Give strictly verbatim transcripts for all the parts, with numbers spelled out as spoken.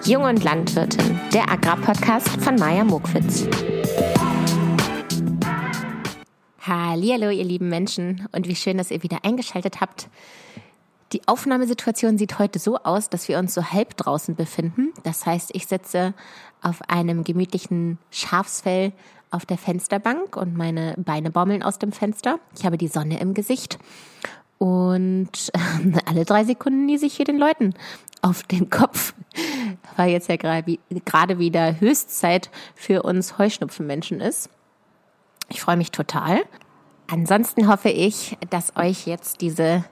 Jung und Landwirtin, der Agrarpodcast von Maja Mokwitz. Hallihallo, ihr lieben Menschen, und wie schön, dass ihr wieder eingeschaltet habt. Die Aufnahmesituation sieht heute so aus, dass wir uns so halb draußen befinden. Das heißt, ich sitze auf einem gemütlichen Schafsfell auf der Fensterbank und meine Beine baumeln aus dem Fenster. Ich habe die Sonne im Gesicht und alle drei Sekunden niese ich hier den Leuten auf den Kopf, weil jetzt ja gerade wieder Höchstzeit für uns Heuschnupfenmenschen ist. Ich freue mich total. Ansonsten hoffe ich, dass euch jetzt diese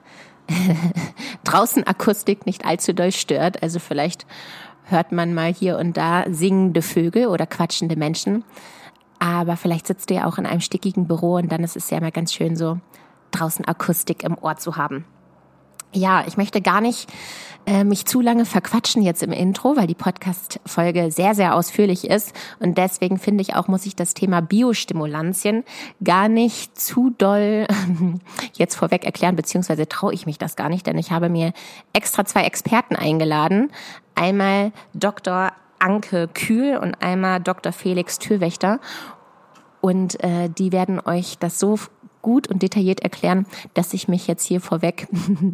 draußen Akustik nicht allzu doll stört. Also vielleicht hört man mal hier und da singende Vögel oder quatschende Menschen. Aber vielleicht sitzt ihr ja auch in einem stickigen Büro und dann ist es ja immer ganz schön, so draußen Akustik im Ohr zu haben. Ja, ich möchte gar nicht äh, mich zu lange verquatschen jetzt im Intro, weil die Podcast-Folge sehr, sehr ausführlich ist. Und deswegen finde ich auch, muss ich das Thema Biostimulantien gar nicht zu doll äh, jetzt vorweg erklären, beziehungsweise traue ich mich das gar nicht, denn ich habe mir extra zwei Experten eingeladen. Einmal Doktor Anke Kühl und einmal Doktor Felix Türwächter. Und äh, die werden euch das so gut und detailliert erklären, dass ich mich jetzt hier vorweg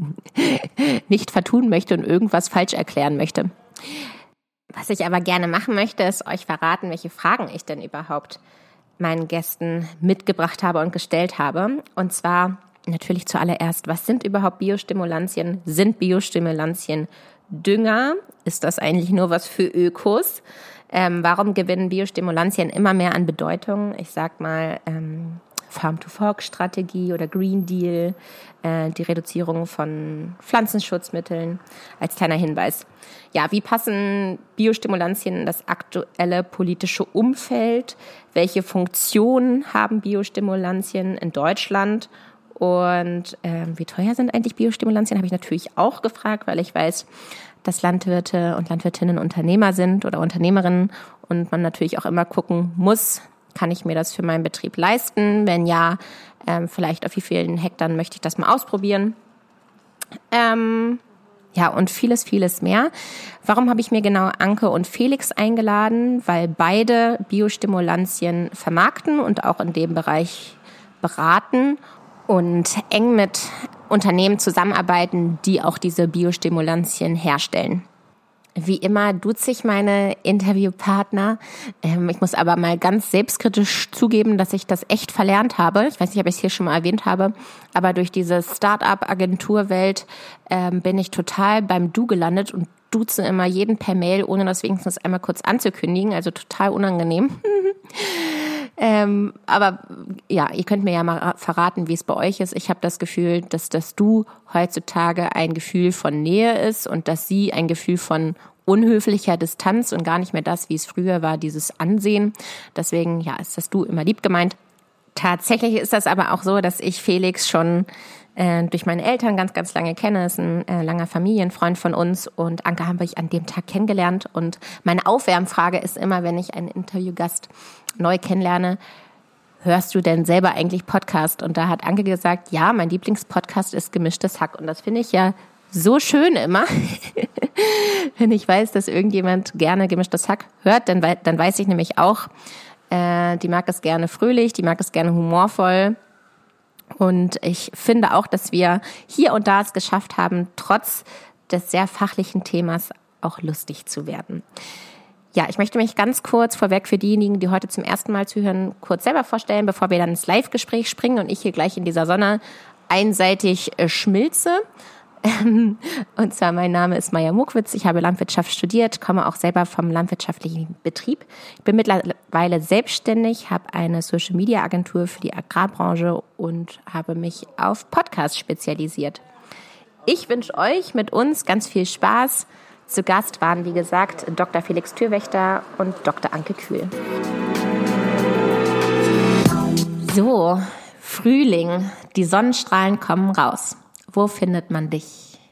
nicht vertun möchte und irgendwas falsch erklären möchte. Was ich aber gerne machen möchte, ist euch verraten, welche Fragen ich denn überhaupt meinen Gästen mitgebracht habe und gestellt habe. Und zwar natürlich zuallererst, was sind überhaupt Biostimulantien? Sind Biostimulantien Dünger? Ist das eigentlich nur was für Ökos? Ähm, warum gewinnen Biostimulantien immer mehr an Bedeutung? Ich sag mal, ähm, Farm-to-Fork-Strategie oder Green Deal, äh, die Reduzierung von Pflanzenschutzmitteln als kleiner Hinweis. Ja, wie passen Biostimulantien in das aktuelle politische Umfeld? Welche Funktion haben Biostimulantien in Deutschland? Und äh, wie teuer sind eigentlich Biostimulantien, habe ich natürlich auch gefragt, weil ich weiß, dass Landwirte und Landwirtinnen Unternehmer sind oder Unternehmerinnen und man natürlich auch immer gucken muss, kann ich mir das für meinen Betrieb leisten? Wenn ja, ähm, vielleicht auf wie vielen Hektar möchte ich das mal ausprobieren? Ähm, ja, und vieles, vieles mehr. Warum habe ich mir genau Anke und Felix eingeladen? Weil beide Biostimulantien vermarkten und auch in dem Bereich beraten und eng mit Unternehmen zusammenarbeiten, die auch diese Biostimulantien herstellen. Wie immer duze ich meine Interviewpartner. Ähm, ich muss aber mal ganz selbstkritisch zugeben, dass ich das echt verlernt habe. Ich weiß nicht, ob ich es hier schon mal erwähnt habe, aber durch diese Start-up-Agenturwelt ähm, bin ich total beim Du gelandet und duze immer jeden per Mail, ohne das wenigstens einmal kurz anzukündigen. Also total unangenehm. Ähm, aber ja, ihr könnt mir ja mal verraten, wie es bei euch ist. Ich habe das Gefühl, dass das Du heutzutage ein Gefühl von Nähe ist und dass Sie ein Gefühl von unhöflicher Distanz und gar nicht mehr das, wie es früher war, dieses Ansehen. Deswegen ja, ist das Du immer lieb gemeint. Tatsächlich ist das aber auch so, dass ich Felix schon äh, durch meine Eltern ganz, ganz lange kenne. Er ist ein äh, langer Familienfreund von uns und Anke habe ich an dem Tag kennengelernt. Und meine Aufwärmfrage ist immer, wenn ich einen Interviewgast neu kennenlerne, hörst du denn selber eigentlich Podcast? Und da hat Anke gesagt, ja, mein Lieblingspodcast ist Gemischtes Hack. Und das finde ich ja so schön immer. Wenn ich weiß, dass irgendjemand gerne Gemischtes Hack hört, dann, dann weiß ich nämlich auch, äh, die mag es gerne fröhlich, die mag es gerne humorvoll. Und ich finde auch, dass wir hier und da es geschafft haben, trotz des sehr fachlichen Themas auch lustig zu werden. Ja, ich möchte mich ganz kurz vorweg für diejenigen, die heute zum ersten Mal zuhören, kurz selber vorstellen, bevor wir dann ins Live-Gespräch springen und ich hier gleich in dieser Sonne einseitig äh, schmilze. Und zwar, mein Name ist Maja Mokwitz, ich habe Landwirtschaft studiert, komme auch selber vom landwirtschaftlichen Betrieb. Ich bin mittlerweile selbstständig, habe eine Social-Media-Agentur für die Agrarbranche und habe mich auf Podcasts spezialisiert. Ich wünsche euch mit uns ganz viel Spaß. Zu Gast waren, wie gesagt, Doktor Felix Türwächter und Doktor Anke Kühl. So, Frühling, die Sonnenstrahlen kommen raus. Wo findet man dich?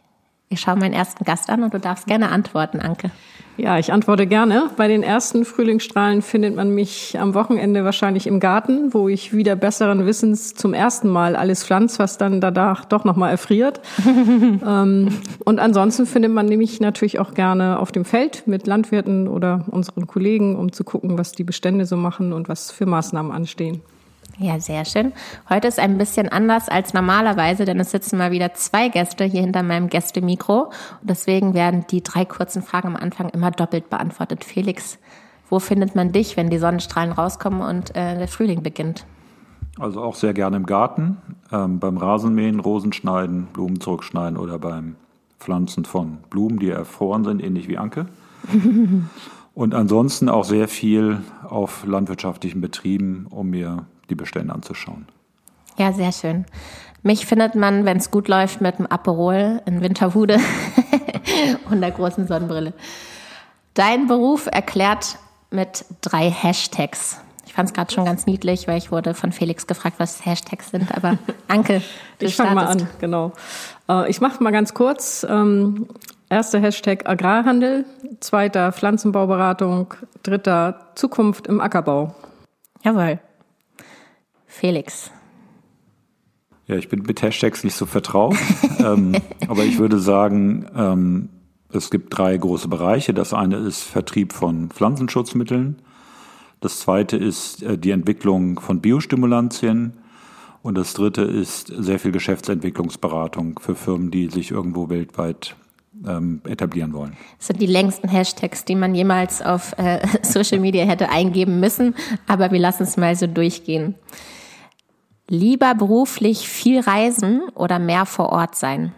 Ich schaue meinen ersten Gast an und du darfst gerne antworten, Anke. Ja, ich antworte gerne. Bei den ersten Frühlingsstrahlen findet man mich am Wochenende wahrscheinlich im Garten, wo ich wieder besseren Wissens zum ersten Mal alles pflanze, was dann danach doch nochmal erfriert. ähm, und ansonsten findet man mich natürlich auch gerne auf dem Feld mit Landwirten oder unseren Kollegen, um zu gucken, was die Bestände so machen und was für Maßnahmen anstehen. Ja, sehr schön. Heute ist ein bisschen anders als normalerweise, denn es sitzen mal wieder zwei Gäste hier hinter meinem Gästemikro. Und deswegen werden die drei kurzen Fragen am Anfang immer doppelt beantwortet. Felix, wo findet man dich, wenn die Sonnenstrahlen rauskommen und äh, der Frühling beginnt? Also auch sehr gerne im Garten, ähm, beim Rasenmähen, Rosenschneiden, Blumen zurückschneiden oder beim Pflanzen von Blumen, die erfroren sind, ähnlich wie Anke. Und ansonsten auch sehr viel auf landwirtschaftlichen Betrieben, um mir die Bestände anzuschauen. Ja, sehr schön. Mich findet man, wenn es gut läuft, mit dem Aperol in Winterhude und der großen Sonnenbrille. Dein Beruf erklärt mit drei Hashtags. Ich fand es gerade schon ganz niedlich, weil ich wurde von Felix gefragt, was Hashtags sind. Aber Anke, du ich fange mal an, startest. genau. Äh, ich mache mal ganz kurz. Ähm, erster Hashtag Agrarhandel, zweiter Pflanzenbauberatung, dritter Zukunft im Ackerbau. Jawohl. Felix. Ja, ich bin mit Hashtags nicht so vertraut, ähm, aber ich würde sagen, ähm, es gibt drei große Bereiche. Das eine ist Vertrieb von Pflanzenschutzmitteln. Das zweite ist äh, die Entwicklung von Biostimulantien. Und das dritte ist sehr viel Geschäftsentwicklungsberatung für Firmen, die sich irgendwo weltweit ähm, etablieren wollen. Das sind die längsten Hashtags, die man jemals auf äh, Social Media hätte eingeben müssen. Aber wir lassen es mal so durchgehen. Lieber beruflich viel reisen oder mehr vor Ort sein?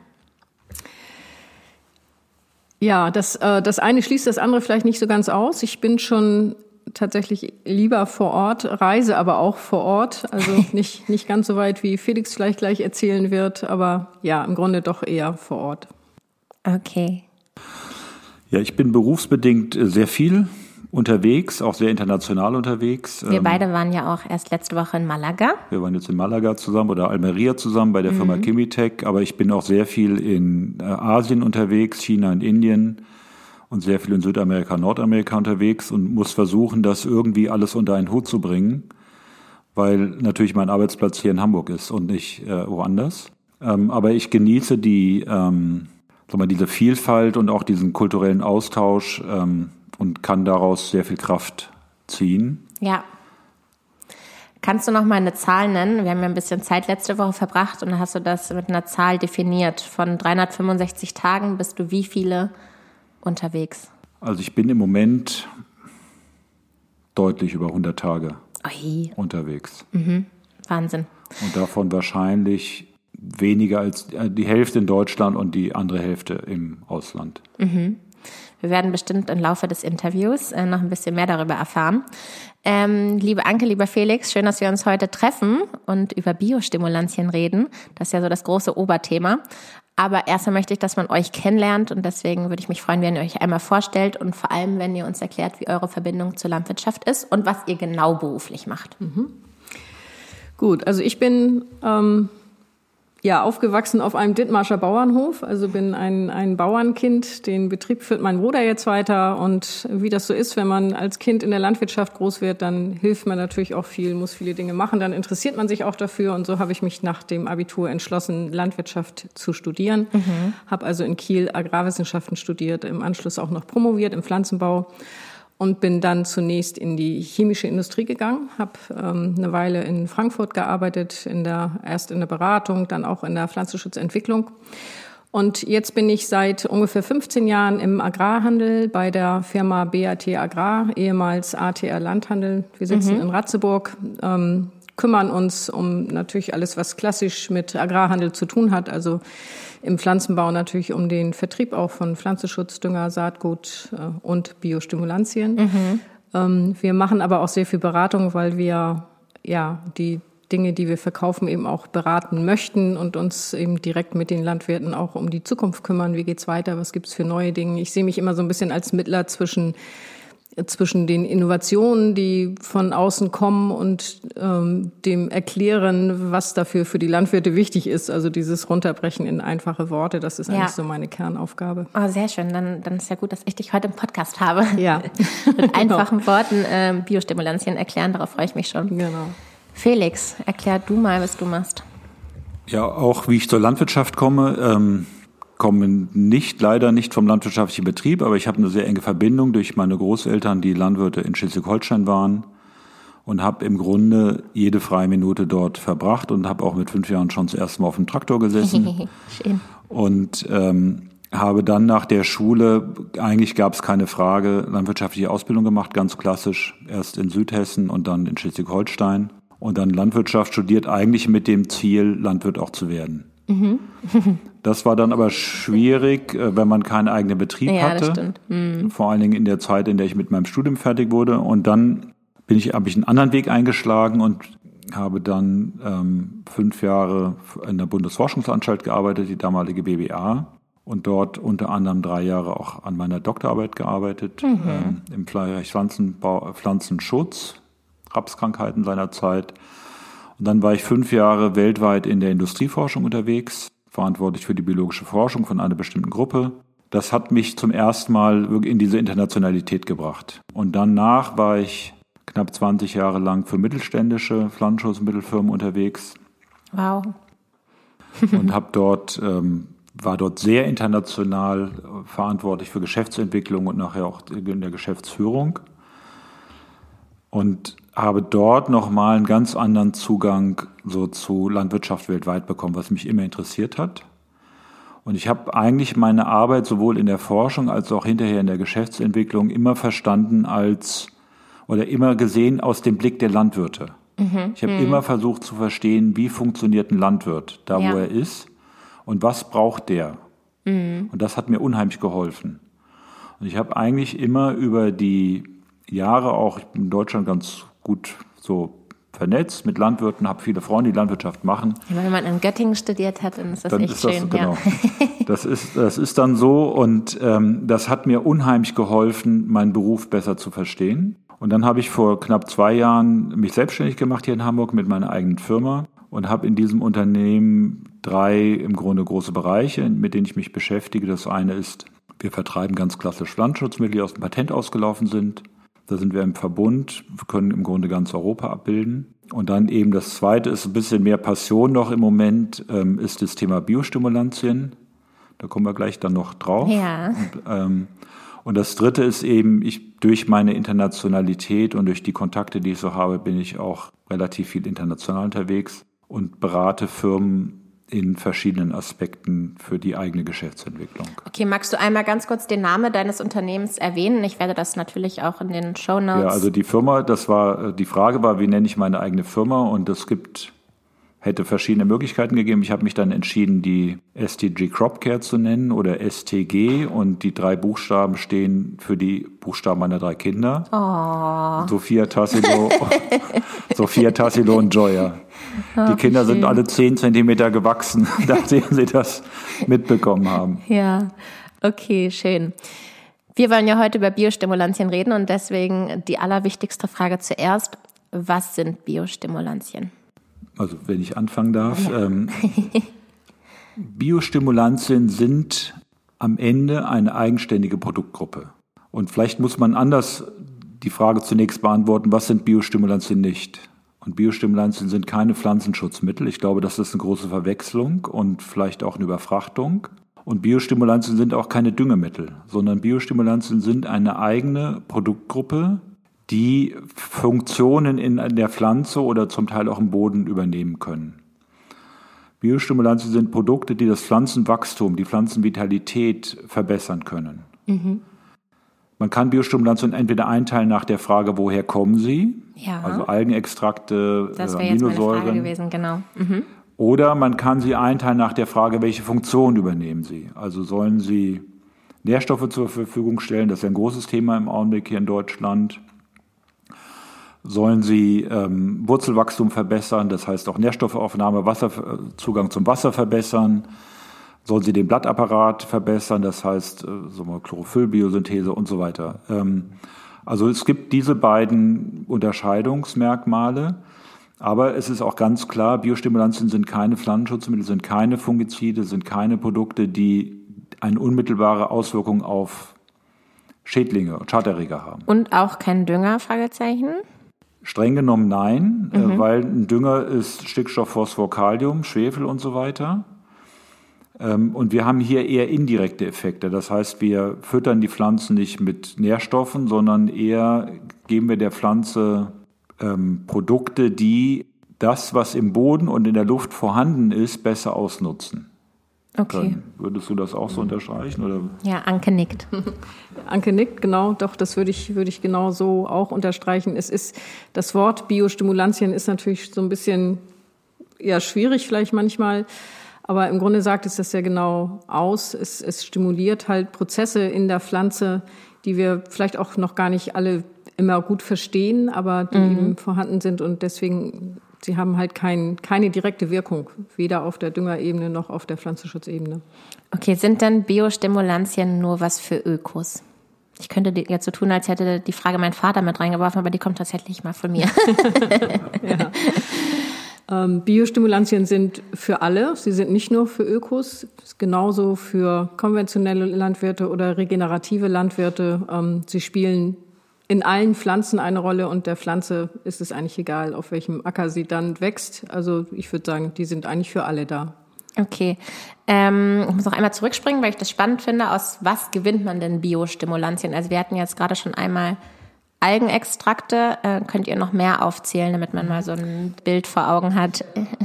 Ja, das, äh, das eine schließt das andere vielleicht nicht so ganz aus. Ich bin schon tatsächlich lieber vor Ort, reise aber auch vor Ort. Also nicht, nicht ganz so weit, wie Felix vielleicht gleich erzählen wird, aber ja, im Grunde doch eher vor Ort. Okay. Ja, ich bin berufsbedingt sehr viel unterwegs, auch sehr international unterwegs. Wir beide waren ja auch erst letzte Woche in Malaga. Wir waren jetzt in Malaga zusammen oder Almeria zusammen bei der Firma mhm. Kimitech, aber ich bin auch sehr viel in Asien unterwegs, China und Indien und sehr viel in Südamerika, Nordamerika unterwegs und muss versuchen, das irgendwie alles unter einen Hut zu bringen, weil natürlich mein Arbeitsplatz hier in Hamburg ist und nicht äh, woanders. Ähm, aber ich genieße die, ähm, sag mal, diese Vielfalt und auch diesen kulturellen Austausch, ähm, und kann daraus sehr viel Kraft ziehen. Ja. Kannst du noch mal eine Zahl nennen? Wir haben ja ein bisschen Zeit letzte Woche verbracht und da hast du das mit einer Zahl definiert. Von dreihundertfünfundsechzig Tagen bist du wie viele unterwegs? Also ich bin im Moment deutlich über hundert Tage Oi. unterwegs. Mhm. Wahnsinn. Und davon wahrscheinlich weniger als die Hälfte in Deutschland und die andere Hälfte im Ausland. Mhm. Wir werden bestimmt im Laufe des Interviews äh, noch ein bisschen mehr darüber erfahren. Ähm, liebe Anke, lieber Felix, schön, dass wir uns heute treffen und über Biostimulantien reden. Das ist ja so das große Oberthema. Aber erstmal möchte ich, dass man euch kennenlernt und deswegen würde ich mich freuen, wenn ihr euch einmal vorstellt und vor allem, wenn ihr uns erklärt, wie eure Verbindung zur Landwirtschaft ist und was ihr genau beruflich macht. Mhm. Gut, also ich bin ähm Ja, aufgewachsen auf einem Dithmarscher Bauernhof, also bin ein, ein Bauernkind. Den Betrieb führt mein Bruder jetzt weiter und wie das so ist, wenn man als Kind in der Landwirtschaft groß wird, dann hilft man natürlich auch viel, muss viele Dinge machen, dann interessiert man sich auch dafür und so habe ich mich nach dem Abitur entschlossen, Landwirtschaft zu studieren. Mhm. Habe also in Kiel Agrarwissenschaften studiert, im Anschluss auch noch promoviert im Pflanzenbau. Und bin dann zunächst in die chemische Industrie gegangen, habe ähm, eine Weile in Frankfurt gearbeitet, in der, erst in der Beratung, dann auch in der Pflanzenschutzentwicklung. Und jetzt bin ich seit ungefähr fünfzehn Jahren im Agrarhandel bei der Firma B A T Agrar, ehemals A T R Landhandel. Wir sitzen mhm. in Ratzeburg, ähm, kümmern uns um natürlich alles, was klassisch mit Agrarhandel zu tun hat, also im Pflanzenbau natürlich um den Vertrieb auch von Pflanzenschutz, Dünger, Saatgut äh, und Biostimulantien. Mhm. Ähm, wir machen aber auch sehr viel Beratung, weil wir ja die Dinge, die wir verkaufen, eben auch beraten möchten und uns eben direkt mit den Landwirten auch um die Zukunft kümmern. Wie geht's weiter? Was gibt's für neue Dinge? Ich sehe mich immer so ein bisschen als Mittler zwischen zwischen den Innovationen, die von außen kommen und ähm, dem Erklären, was dafür für die Landwirte wichtig ist. Also dieses Runterbrechen in einfache Worte, das ist eigentlich ja. so meine Kernaufgabe. Oh, sehr schön. Dann, dann ist ja gut, dass ich dich heute im Podcast habe. Ja. Mit einfachen Worten äh, Biostimulantien erklären, darauf freue ich mich schon. Genau. Felix, erklär du mal, was du machst. Ja, auch wie ich zur Landwirtschaft komme, ähm, komme nicht, leider nicht vom landwirtschaftlichen Betrieb, aber ich habe eine sehr enge Verbindung durch meine Großeltern, die Landwirte in Schleswig-Holstein waren, und habe im Grunde jede freie Minute dort verbracht und habe auch mit fünf Jahren schon das erste Mal auf dem Traktor gesessen. Schön. Und ähm, habe dann nach der Schule, eigentlich gab es keine Frage, landwirtschaftliche Ausbildung gemacht, ganz klassisch, erst in Südhessen und dann in Schleswig-Holstein. Und dann Landwirtschaft studiert, eigentlich mit dem Ziel, Landwirt auch zu werden. Mhm. Das war dann aber schwierig, wenn man keinen eigenen Betrieb ja, hatte. Das stimmt. Mhm. Vor allen Dingen in der Zeit, in der ich mit meinem Studium fertig wurde. Und dann bin ich, habe ich einen anderen Weg eingeschlagen und habe dann ähm, fünf Jahre in der Bundesforschungsanstalt gearbeitet, die damalige B B A. Und dort unter anderem drei Jahre auch an meiner Doktorarbeit gearbeitet, mhm. ähm, im Bereich Pflanzenbau, Pflanzenschutz, Rapskrankheiten seiner Zeit. Und dann war ich fünf Jahre weltweit in der Industrieforschung unterwegs, verantwortlich für die biologische Forschung von einer bestimmten Gruppe. Das hat mich zum ersten Mal in diese Internationalität gebracht. Und danach war ich knapp zwanzig Jahre lang für mittelständische Pflanzenschutzmittelfirmen unterwegs. Wow. Und habe dort, ähm, war dort sehr international verantwortlich für Geschäftsentwicklung und nachher auch in der Geschäftsführung. Und habe dort nochmal einen ganz anderen Zugang so zu Landwirtschaft weltweit bekommen, was mich immer interessiert hat. Und ich habe eigentlich meine Arbeit sowohl in der Forschung als auch hinterher in der Geschäftsentwicklung immer verstanden als oder immer gesehen aus dem Blick der Landwirte. Mhm. Ich habe mhm. immer versucht zu verstehen, wie funktioniert ein Landwirt, da ja. wo er ist und was braucht der. Mhm. Und das hat mir unheimlich geholfen. Und ich habe eigentlich immer über die Jahre auch, ich bin in Deutschland ganz gut so vernetzt mit Landwirten, habe viele Freunde, die Landwirtschaft machen. Ja, wenn man in Göttingen studiert hat, dann ist das dann echt ist das, schön. Genau. Ja. Das ist, das ist dann so und ähm, das hat mir unheimlich geholfen, meinen Beruf besser zu verstehen. Und dann habe ich vor knapp zwei Jahren mich selbstständig gemacht hier in Hamburg mit meiner eigenen Firma und habe in diesem Unternehmen drei im Grunde große Bereiche, mit denen ich mich beschäftige. Das eine ist, wir vertreiben ganz klassisch Pflanzenschutzmittel, die aus dem Patent ausgelaufen sind. Da sind wir im Verbund, wir können im Grunde ganz Europa abbilden. Und dann eben das Zweite ist ein bisschen mehr Passion noch im Moment, ähm, ist das Thema Biostimulantien. Da kommen wir gleich dann noch drauf. Ja. Und, ähm, und das Dritte ist eben, ich durch meine Internationalität und durch die Kontakte, die ich so habe, bin ich auch relativ viel international unterwegs und berate Firmen in verschiedenen Aspekten für die eigene Geschäftsentwicklung. Okay, magst du einmal ganz kurz den Namen deines Unternehmens erwähnen? Ich werde das natürlich auch in den Shownotes. Ja, also die Firma, das war, die Frage war, wie nenne ich meine eigene Firma? Und es gibt, hätte verschiedene Möglichkeiten gegeben. Ich habe mich dann entschieden, die S T G Crop Care zu nennen oder S T G, und die drei Buchstaben stehen für die Buchstaben meiner drei Kinder. Oh. Sophia, Tassilo, Sophia, Tassilo und Joya. Die Kinder sind alle zehn Zentimeter gewachsen, nachdem sie das mitbekommen haben. Ja, okay, schön. Wir wollen ja heute über Biostimulantien reden und deswegen die allerwichtigste Frage zuerst. Was sind Biostimulantien? Also wenn ich anfangen darf. Ja. Ähm, Biostimulantien sind am Ende eine eigenständige Produktgruppe. Und vielleicht muss man anders die Frage zunächst beantworten, was sind Biostimulantien nicht? Und Biostimulantien sind keine Pflanzenschutzmittel. Ich glaube, das ist eine große Verwechslung und vielleicht auch eine Überfrachtung. Und Biostimulantien sind auch keine Düngemittel, sondern Biostimulantien sind eine eigene Produktgruppe, die Funktionen in der Pflanze oder zum Teil auch im Boden übernehmen können. Biostimulantien sind Produkte, die das Pflanzenwachstum, die Pflanzenvitalität verbessern können. Mhm. Man kann Biostimulantien entweder einteilen nach der Frage, woher kommen sie? Ja. Also Algenextrakte, das wäre Aminosäuren. jetzt meine Frage gewesen, genau. Mhm. Oder man kann sie einteilen nach der Frage, welche Funktion übernehmen sie? Also sollen sie Nährstoffe zur Verfügung stellen? Das ist ja ein großes Thema im Augenblick hier in Deutschland. Sollen sie ähm, Wurzelwachstum verbessern? Das heißt auch Nährstoffaufnahme, Wasser, Zugang zum Wasser verbessern? Sollen sie den Blattapparat verbessern, das heißt so mal Chlorophyll, Biosynthese und so weiter. Ähm, Also es gibt diese beiden Unterscheidungsmerkmale, aber es ist auch ganz klar, Biostimulantien sind keine Pflanzenschutzmittel, sind keine Fungizide, sind keine Produkte, die eine unmittelbare Auswirkung auf Schädlinge und Schaderreger haben. Und auch kein Dünger, Fragezeichen? Streng genommen nein, Mhm. äh, weil ein Dünger ist Stickstoff, Phosphor, Kalium, Schwefel und so weiter. Ähm, und wir haben hier eher indirekte Effekte. Das heißt, wir füttern die Pflanzen nicht mit Nährstoffen, sondern eher geben wir der Pflanze ähm, Produkte, die das, was im Boden und in der Luft vorhanden ist, besser ausnutzen. Okay. Dann würdest du das auch so unterstreichen? Oder? Ja, Anke nickt. Anke nickt, genau, doch, das würde ich, würde ich genau so auch unterstreichen. Es ist, das Wort Biostimulantien ist natürlich so ein bisschen, ja, schwierig vielleicht manchmal, aber im Grunde sagt es das ja genau aus. Es, es stimuliert halt Prozesse in der Pflanze, die wir vielleicht auch noch gar nicht alle immer gut verstehen, aber die mhm. eben vorhanden sind und deswegen, sie haben halt kein, keine direkte Wirkung, weder auf der Düngerebene noch auf der Pflanzenschutzebene. Okay, sind denn Biostimulantien nur was für Ökos? Ich könnte jetzt so tun, als hätte die Frage mein Vater mit reingeworfen, aber die kommt tatsächlich mal von mir. Ja. Ähm, Biostimulantien sind für alle, sie sind nicht nur für Ökos, genauso für konventionelle Landwirte oder regenerative Landwirte. Ähm, sie spielen in allen Pflanzen eine Rolle und der Pflanze ist es eigentlich egal, auf welchem Acker sie dann wächst. Also ich würde sagen, die sind eigentlich für alle da. Okay. Ähm, ich muss noch einmal zurückspringen, weil ich das spannend finde. Aus was gewinnt man denn Biostimulantien? Also wir hatten jetzt gerade schon einmal Algenextrakte. Äh, könnt ihr noch mehr aufzählen, damit man mal so ein Bild vor Augen hat?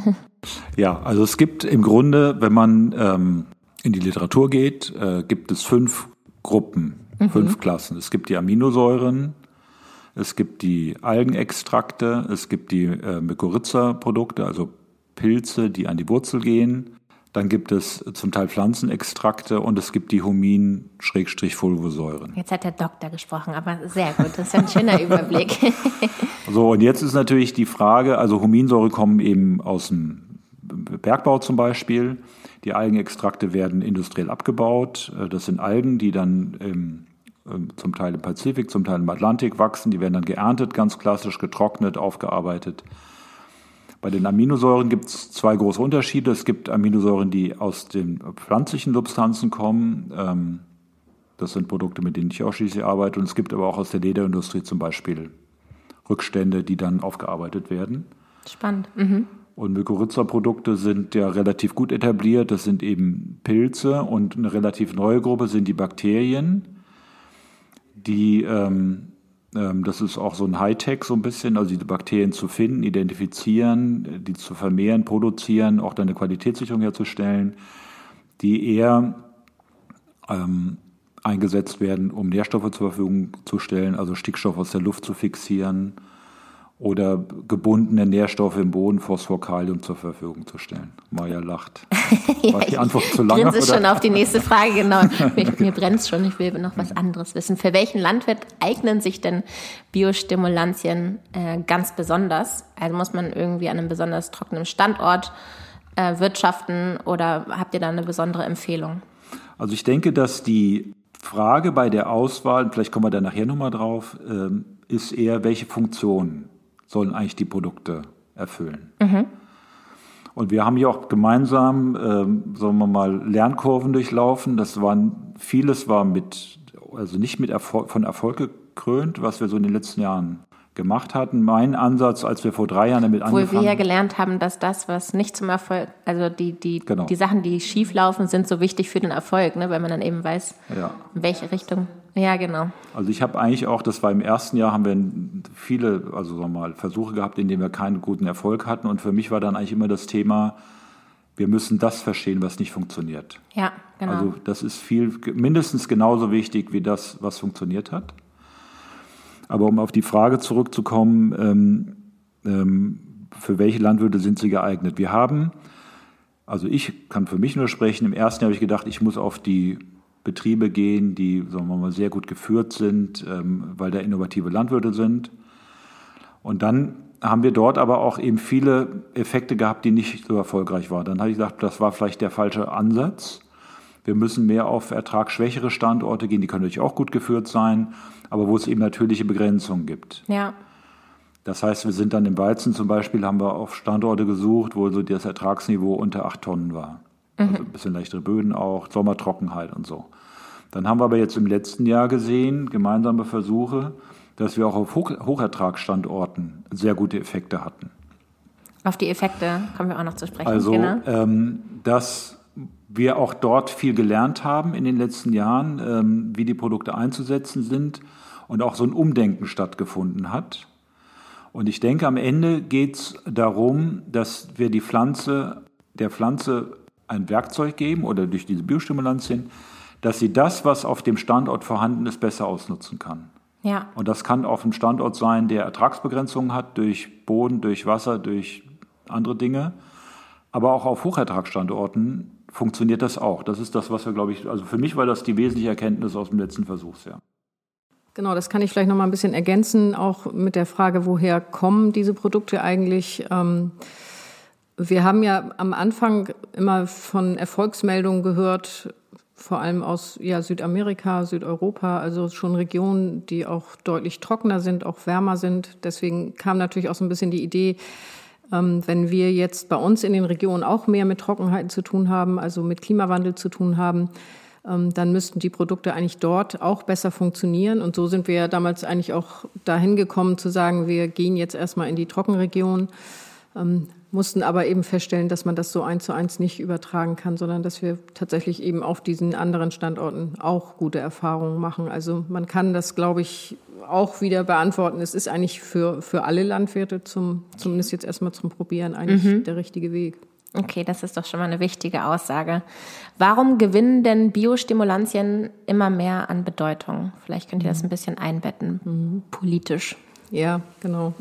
Ja, also es gibt im Grunde, wenn man ähm, in die Literatur geht, äh, gibt es fünf Gruppen. Mhm. Fünf Klassen. Es gibt die Aminosäuren, es gibt die Algenextrakte, es gibt die äh, Mykorrhiza-Produkte, also Pilze, die an die Wurzel gehen. Dann gibt es zum Teil Pflanzenextrakte und es gibt die Humin-Fulvosäuren. Jetzt hat der Doktor gesprochen, aber sehr gut, das ist ein schöner Überblick. So, und jetzt ist natürlich die Frage, also Huminsäure kommen eben aus dem Bergbau zum Beispiel. Die Algenextrakte werden industriell abgebaut. Das sind Algen, die dann im, zum Teil im Pazifik, zum Teil im Atlantik wachsen. Die werden dann geerntet, ganz klassisch, getrocknet, aufgearbeitet. Bei den Aminosäuren gibt es zwei große Unterschiede. Es gibt Aminosäuren, die aus den pflanzlichen Substanzen kommen. Das sind Produkte, mit denen ich ausschließlich arbeite. Und es gibt aber auch aus der Lederindustrie zum Beispiel Rückstände, die dann aufgearbeitet werden. Spannend. Mhm. Und Mykorrhiza-Produkte sind ja relativ gut etabliert. Das sind eben Pilze und eine relativ neue Gruppe sind die Bakterien, die, ähm, ähm, das ist auch so ein Hightech so ein bisschen, also die Bakterien zu finden, identifizieren, die zu vermehren, produzieren, auch dann eine Qualitätssicherung herzustellen, die eher ähm, eingesetzt werden, um Nährstoffe zur Verfügung zu stellen, also Stickstoff aus der Luft zu fixieren, oder gebundene Nährstoffe im Boden, Phosphor, Kalium zur Verfügung zu stellen. Maja lacht. War Ja, die Antwort zu lange? Ich grinse oder? schon auf die nächste Frage, genau. Mir, mir brennt es schon, ich will noch was anderes wissen. Für welchen Landwirt eignen sich denn Biostimulantien äh, ganz besonders? Also muss man irgendwie an einem besonders trockenen Standort äh, wirtschaften oder habt ihr da eine besondere Empfehlung? Also ich denke, dass die Frage bei der Auswahl, vielleicht kommen wir da nachher nochmal drauf, ähm, ist eher, welche Funktion sollen eigentlich die Produkte erfüllen. Mhm. Und wir haben hier auch gemeinsam, ähm, sagen wir mal, Lernkurven durchlaufen. Das waren, vieles war mit, also nicht mit Erfolg, von Erfolg gekrönt, was wir so in den letzten Jahren gemacht hatten. Mein Ansatz, als wir vor drei Jahren damit Obwohl angefangen haben. wir ja gelernt haben, dass das, was nicht zum Erfolg, also die, die, Genau. die Sachen, die schief laufen, sind so wichtig für den Erfolg, ne? Weil man dann eben weiß, Ja. in welche Richtung. Ja, genau. Also ich habe eigentlich auch, das war im ersten Jahr, haben wir viele, also sagen wir mal, Versuche gehabt, in denen wir keinen guten Erfolg hatten. Und für mich war dann eigentlich immer das Thema, wir müssen das verstehen, was nicht funktioniert. Ja, genau. Also das ist viel, mindestens genauso wichtig wie das, was funktioniert hat. Aber um auf die Frage zurückzukommen, ähm, ähm, für welche Landwirte sind sie geeignet? Wir haben, also ich kann für mich nur sprechen, im ersten Jahr habe ich gedacht, ich muss auf die Betriebe gehen, die, sagen wir mal, sehr gut geführt sind, ähm, weil da innovative Landwirte sind. Und dann haben wir dort aber auch eben viele Effekte gehabt, die nicht so erfolgreich waren. Dann habe ich gedacht, das war vielleicht der falsche Ansatz. Wir müssen mehr auf ertragsschwächere Standorte gehen, die können natürlich auch gut geführt sein, aber wo es eben natürliche Begrenzungen gibt. Ja. Das heißt, wir sind dann im Weizen zum Beispiel, haben wir auf Standorte gesucht, wo so das Ertragsniveau unter acht Tonnen war. Mhm. Also ein bisschen leichtere Böden auch, Sommertrockenheit und so. Dann haben wir aber jetzt im letzten Jahr gesehen, gemeinsame Versuche, dass wir auch auf Hoch- Hochertragsstandorten sehr gute Effekte hatten. Auf die Effekte kommen wir auch noch zu sprechen. Also, genau. ähm, dass wir auch dort viel gelernt haben in den letzten Jahren, ähm, wie die Produkte einzusetzen sind und auch so ein Umdenken stattgefunden hat. Und ich denke, am Ende geht es darum, dass wir die Pflanze, der Pflanze ein Werkzeug geben oder durch diese Biostimulantien, dass sie das, was auf dem Standort vorhanden ist, besser ausnutzen kann. Ja. Und das kann auf einem Standort sein, der Ertragsbegrenzungen hat durch Boden, durch Wasser, durch andere Dinge. Aber auch auf Hochertragsstandorten funktioniert das auch. Das ist das, was wir, glaube ich, also für mich war das die wesentliche Erkenntnis aus dem letzten Versuchsjahr. Genau, das kann ich vielleicht noch mal ein bisschen ergänzen, auch mit der Frage, woher kommen diese Produkte eigentlich? Ähm, wir haben ja am Anfang immer von Erfolgsmeldungen gehört, vor allem aus ja, Südamerika, Südeuropa, also schon Regionen, die auch deutlich trockener sind, auch wärmer sind. Deswegen kam natürlich auch so ein bisschen die Idee, ähm, wenn wir jetzt bei uns in den Regionen auch mehr mit Trockenheiten zu tun haben, also mit Klimawandel zu tun haben, ähm, dann müssten die Produkte eigentlich dort auch besser funktionieren. Und so sind wir ja damals eigentlich auch dahin gekommen zu sagen, wir gehen jetzt erstmal in die Trockenregion, ähm, mussten aber eben feststellen, dass man das so eins zu eins nicht übertragen kann, sondern dass wir tatsächlich eben auf diesen anderen Standorten auch gute Erfahrungen machen. Also man kann das, glaube ich, auch wieder beantworten. Es ist eigentlich für, für alle Landwirte, zum, zumindest jetzt erstmal zum Probieren, eigentlich mhm. der richtige Weg. Okay, das ist doch schon mal eine wichtige Aussage. Warum gewinnen denn Biostimulantien immer mehr an Bedeutung? Vielleicht könnt ihr das ein bisschen einbetten, mhm. politisch. Ja, genau.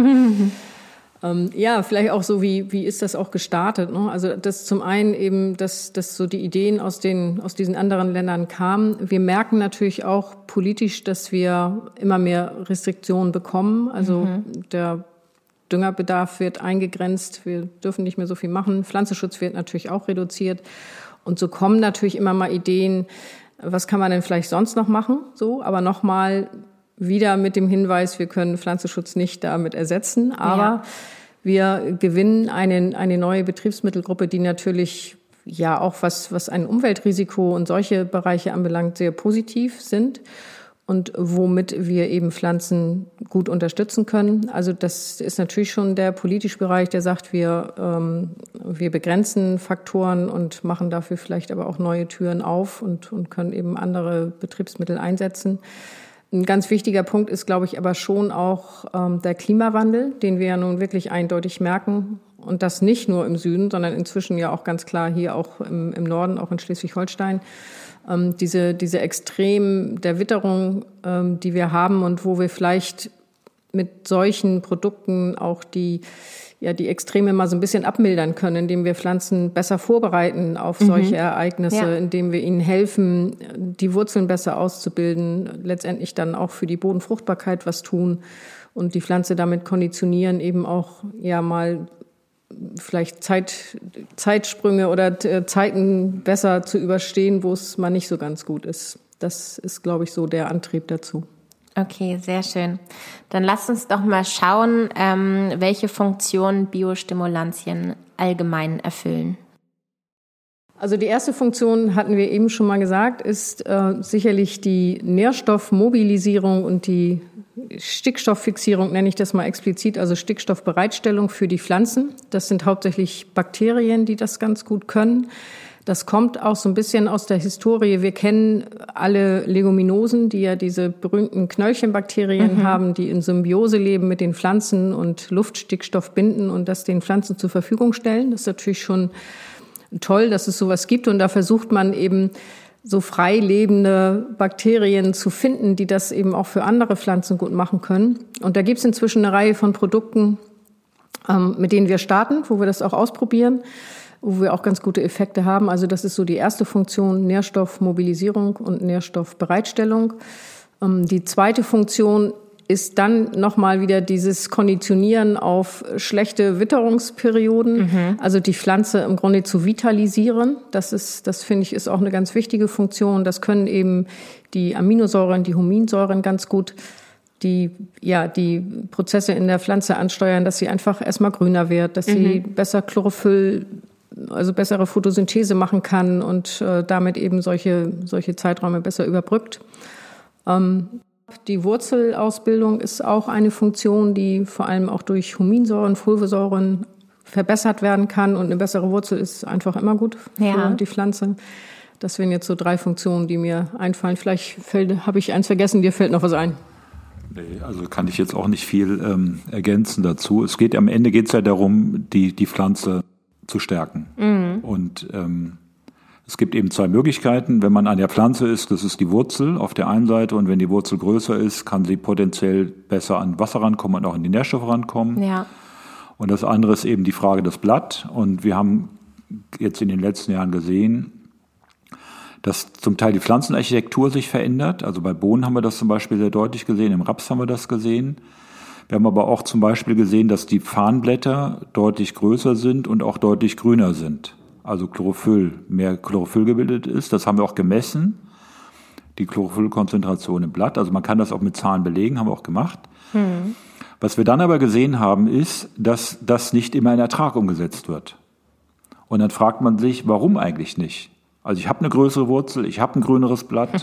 Ähm, ja, vielleicht auch so, wie, wie ist das auch gestartet, ne? Also, das zum einen eben, dass, dass so die Ideen aus den, aus diesen anderen Ländern kamen. Wir merken natürlich auch politisch, dass wir immer mehr Restriktionen bekommen. Also, mhm. der Düngerbedarf wird eingegrenzt. Wir dürfen nicht mehr so viel machen. Pflanzenschutz wird natürlich auch reduziert. Und so kommen natürlich immer mal Ideen, was kann man denn vielleicht sonst noch machen? So, aber nochmal, wieder mit dem Hinweis, wir können Pflanzenschutz nicht damit ersetzen, aber ja. wir gewinnen eine, eine neue Betriebsmittelgruppe, die natürlich ja auch was, was ein Umweltrisiko und solche Bereiche anbelangt, sehr positiv sind und womit wir eben Pflanzen gut unterstützen können. Also das ist natürlich schon der politische Bereich, der sagt, wir, ähm, wir begrenzen Faktoren und machen dafür vielleicht aber auch neue Türen auf und, und können eben andere Betriebsmittel einsetzen. Ein ganz wichtiger Punkt ist, glaube ich, aber schon auch ähm, der Klimawandel, den wir ja nun wirklich eindeutig merken. Und das nicht nur im Süden, sondern inzwischen ja auch ganz klar hier auch im, im Norden, auch in Schleswig-Holstein. Ähm, diese, diese Extrem der Witterung, ähm, die wir haben und wo wir vielleicht mit solchen Produkten auch die ja die Extreme mal so ein bisschen abmildern können, indem wir Pflanzen besser vorbereiten auf solche mhm. Ereignisse, ja. indem wir ihnen helfen, die Wurzeln besser auszubilden, letztendlich dann auch für die Bodenfruchtbarkeit was tun und die Pflanze damit konditionieren, eben auch ja mal vielleicht Zeit, Zeitsprünge oder Zeiten besser zu überstehen, wo es mal nicht so ganz gut ist. Das ist, glaube ich, so der Antrieb dazu. Okay, sehr schön. Dann lasst uns doch mal schauen, ähm, welche Funktion Biostimulantien allgemein erfüllen. Also die erste Funktion, hatten wir eben schon mal gesagt, ist äh, sicherlich die Nährstoffmobilisierung und die Stickstofffixierung, nenne ich das mal explizit, also Stickstoffbereitstellung für die Pflanzen. Das sind hauptsächlich Bakterien, die das ganz gut können. Das kommt auch so ein bisschen aus der Historie. Wir kennen alle Leguminosen, die ja diese berühmten Knöllchenbakterien mhm. haben, die in Symbiose leben mit den Pflanzen und Luftstickstoff binden und das den Pflanzen zur Verfügung stellen. Das ist natürlich schon toll, dass es sowas gibt. Und da versucht man eben so frei lebende Bakterien zu finden, die das eben auch für andere Pflanzen gut machen können. Und da gibt es inzwischen eine Reihe von Produkten, ähm, mit denen wir starten, wo wir das auch ausprobieren, wo wir auch ganz gute Effekte haben. Also das ist so die erste Funktion, Nährstoffmobilisierung und Nährstoffbereitstellung. Die zweite Funktion ist dann nochmal wieder dieses Konditionieren auf schlechte Witterungsperioden, mhm. also die Pflanze im Grunde zu vitalisieren. Das ist, das finde ich, ist auch eine ganz wichtige Funktion. Das können eben die Aminosäuren, die Huminsäuren ganz gut, die, ja, die Prozesse in der Pflanze ansteuern, dass sie einfach erstmal grüner wird, dass mhm. sie besser Chlorophyll, also bessere Photosynthese machen kann und äh, damit eben solche, solche Zeiträume besser überbrückt. Ähm, Die Wurzelausbildung ist auch eine Funktion, die vor allem auch durch Huminsäuren, Fulvesäuren verbessert werden kann. Und eine bessere Wurzel ist einfach immer gut für ja. die Pflanze. Das wären jetzt so drei Funktionen, die mir einfallen. Vielleicht habe ich eins vergessen, dir fällt noch was ein. Nee, also kann ich jetzt auch nicht viel ähm, ergänzen dazu. Es geht am Ende geht es ja darum, die, die Pflanze zu stärken. Mhm. Und ähm, es gibt eben zwei Möglichkeiten. Wenn man an der Pflanze ist, das ist die Wurzel auf der einen Seite. Und wenn die Wurzel größer ist, kann sie potenziell besser an Wasser rankommen und auch an die Nährstoffe rankommen. Ja. Und das andere ist eben die Frage des Blatt. Und wir haben jetzt in den letzten Jahren gesehen, dass zum Teil die Pflanzenarchitektur sich verändert. Also bei Bohnen haben wir das zum Beispiel sehr deutlich gesehen, im Raps haben wir das gesehen. Wir haben aber auch zum Beispiel gesehen, dass die Farnblätter deutlich größer sind und auch deutlich grüner sind. Also Chlorophyll, mehr Chlorophyll gebildet ist. Das haben wir auch gemessen, die Chlorophyllkonzentration im Blatt. Also man kann das auch mit Zahlen belegen, haben wir auch gemacht. Mhm. Was wir dann aber gesehen haben, ist, dass das nicht immer in Ertrag umgesetzt wird. Und dann fragt man sich, warum eigentlich nicht? Also ich habe eine größere Wurzel, ich habe ein grüneres Blatt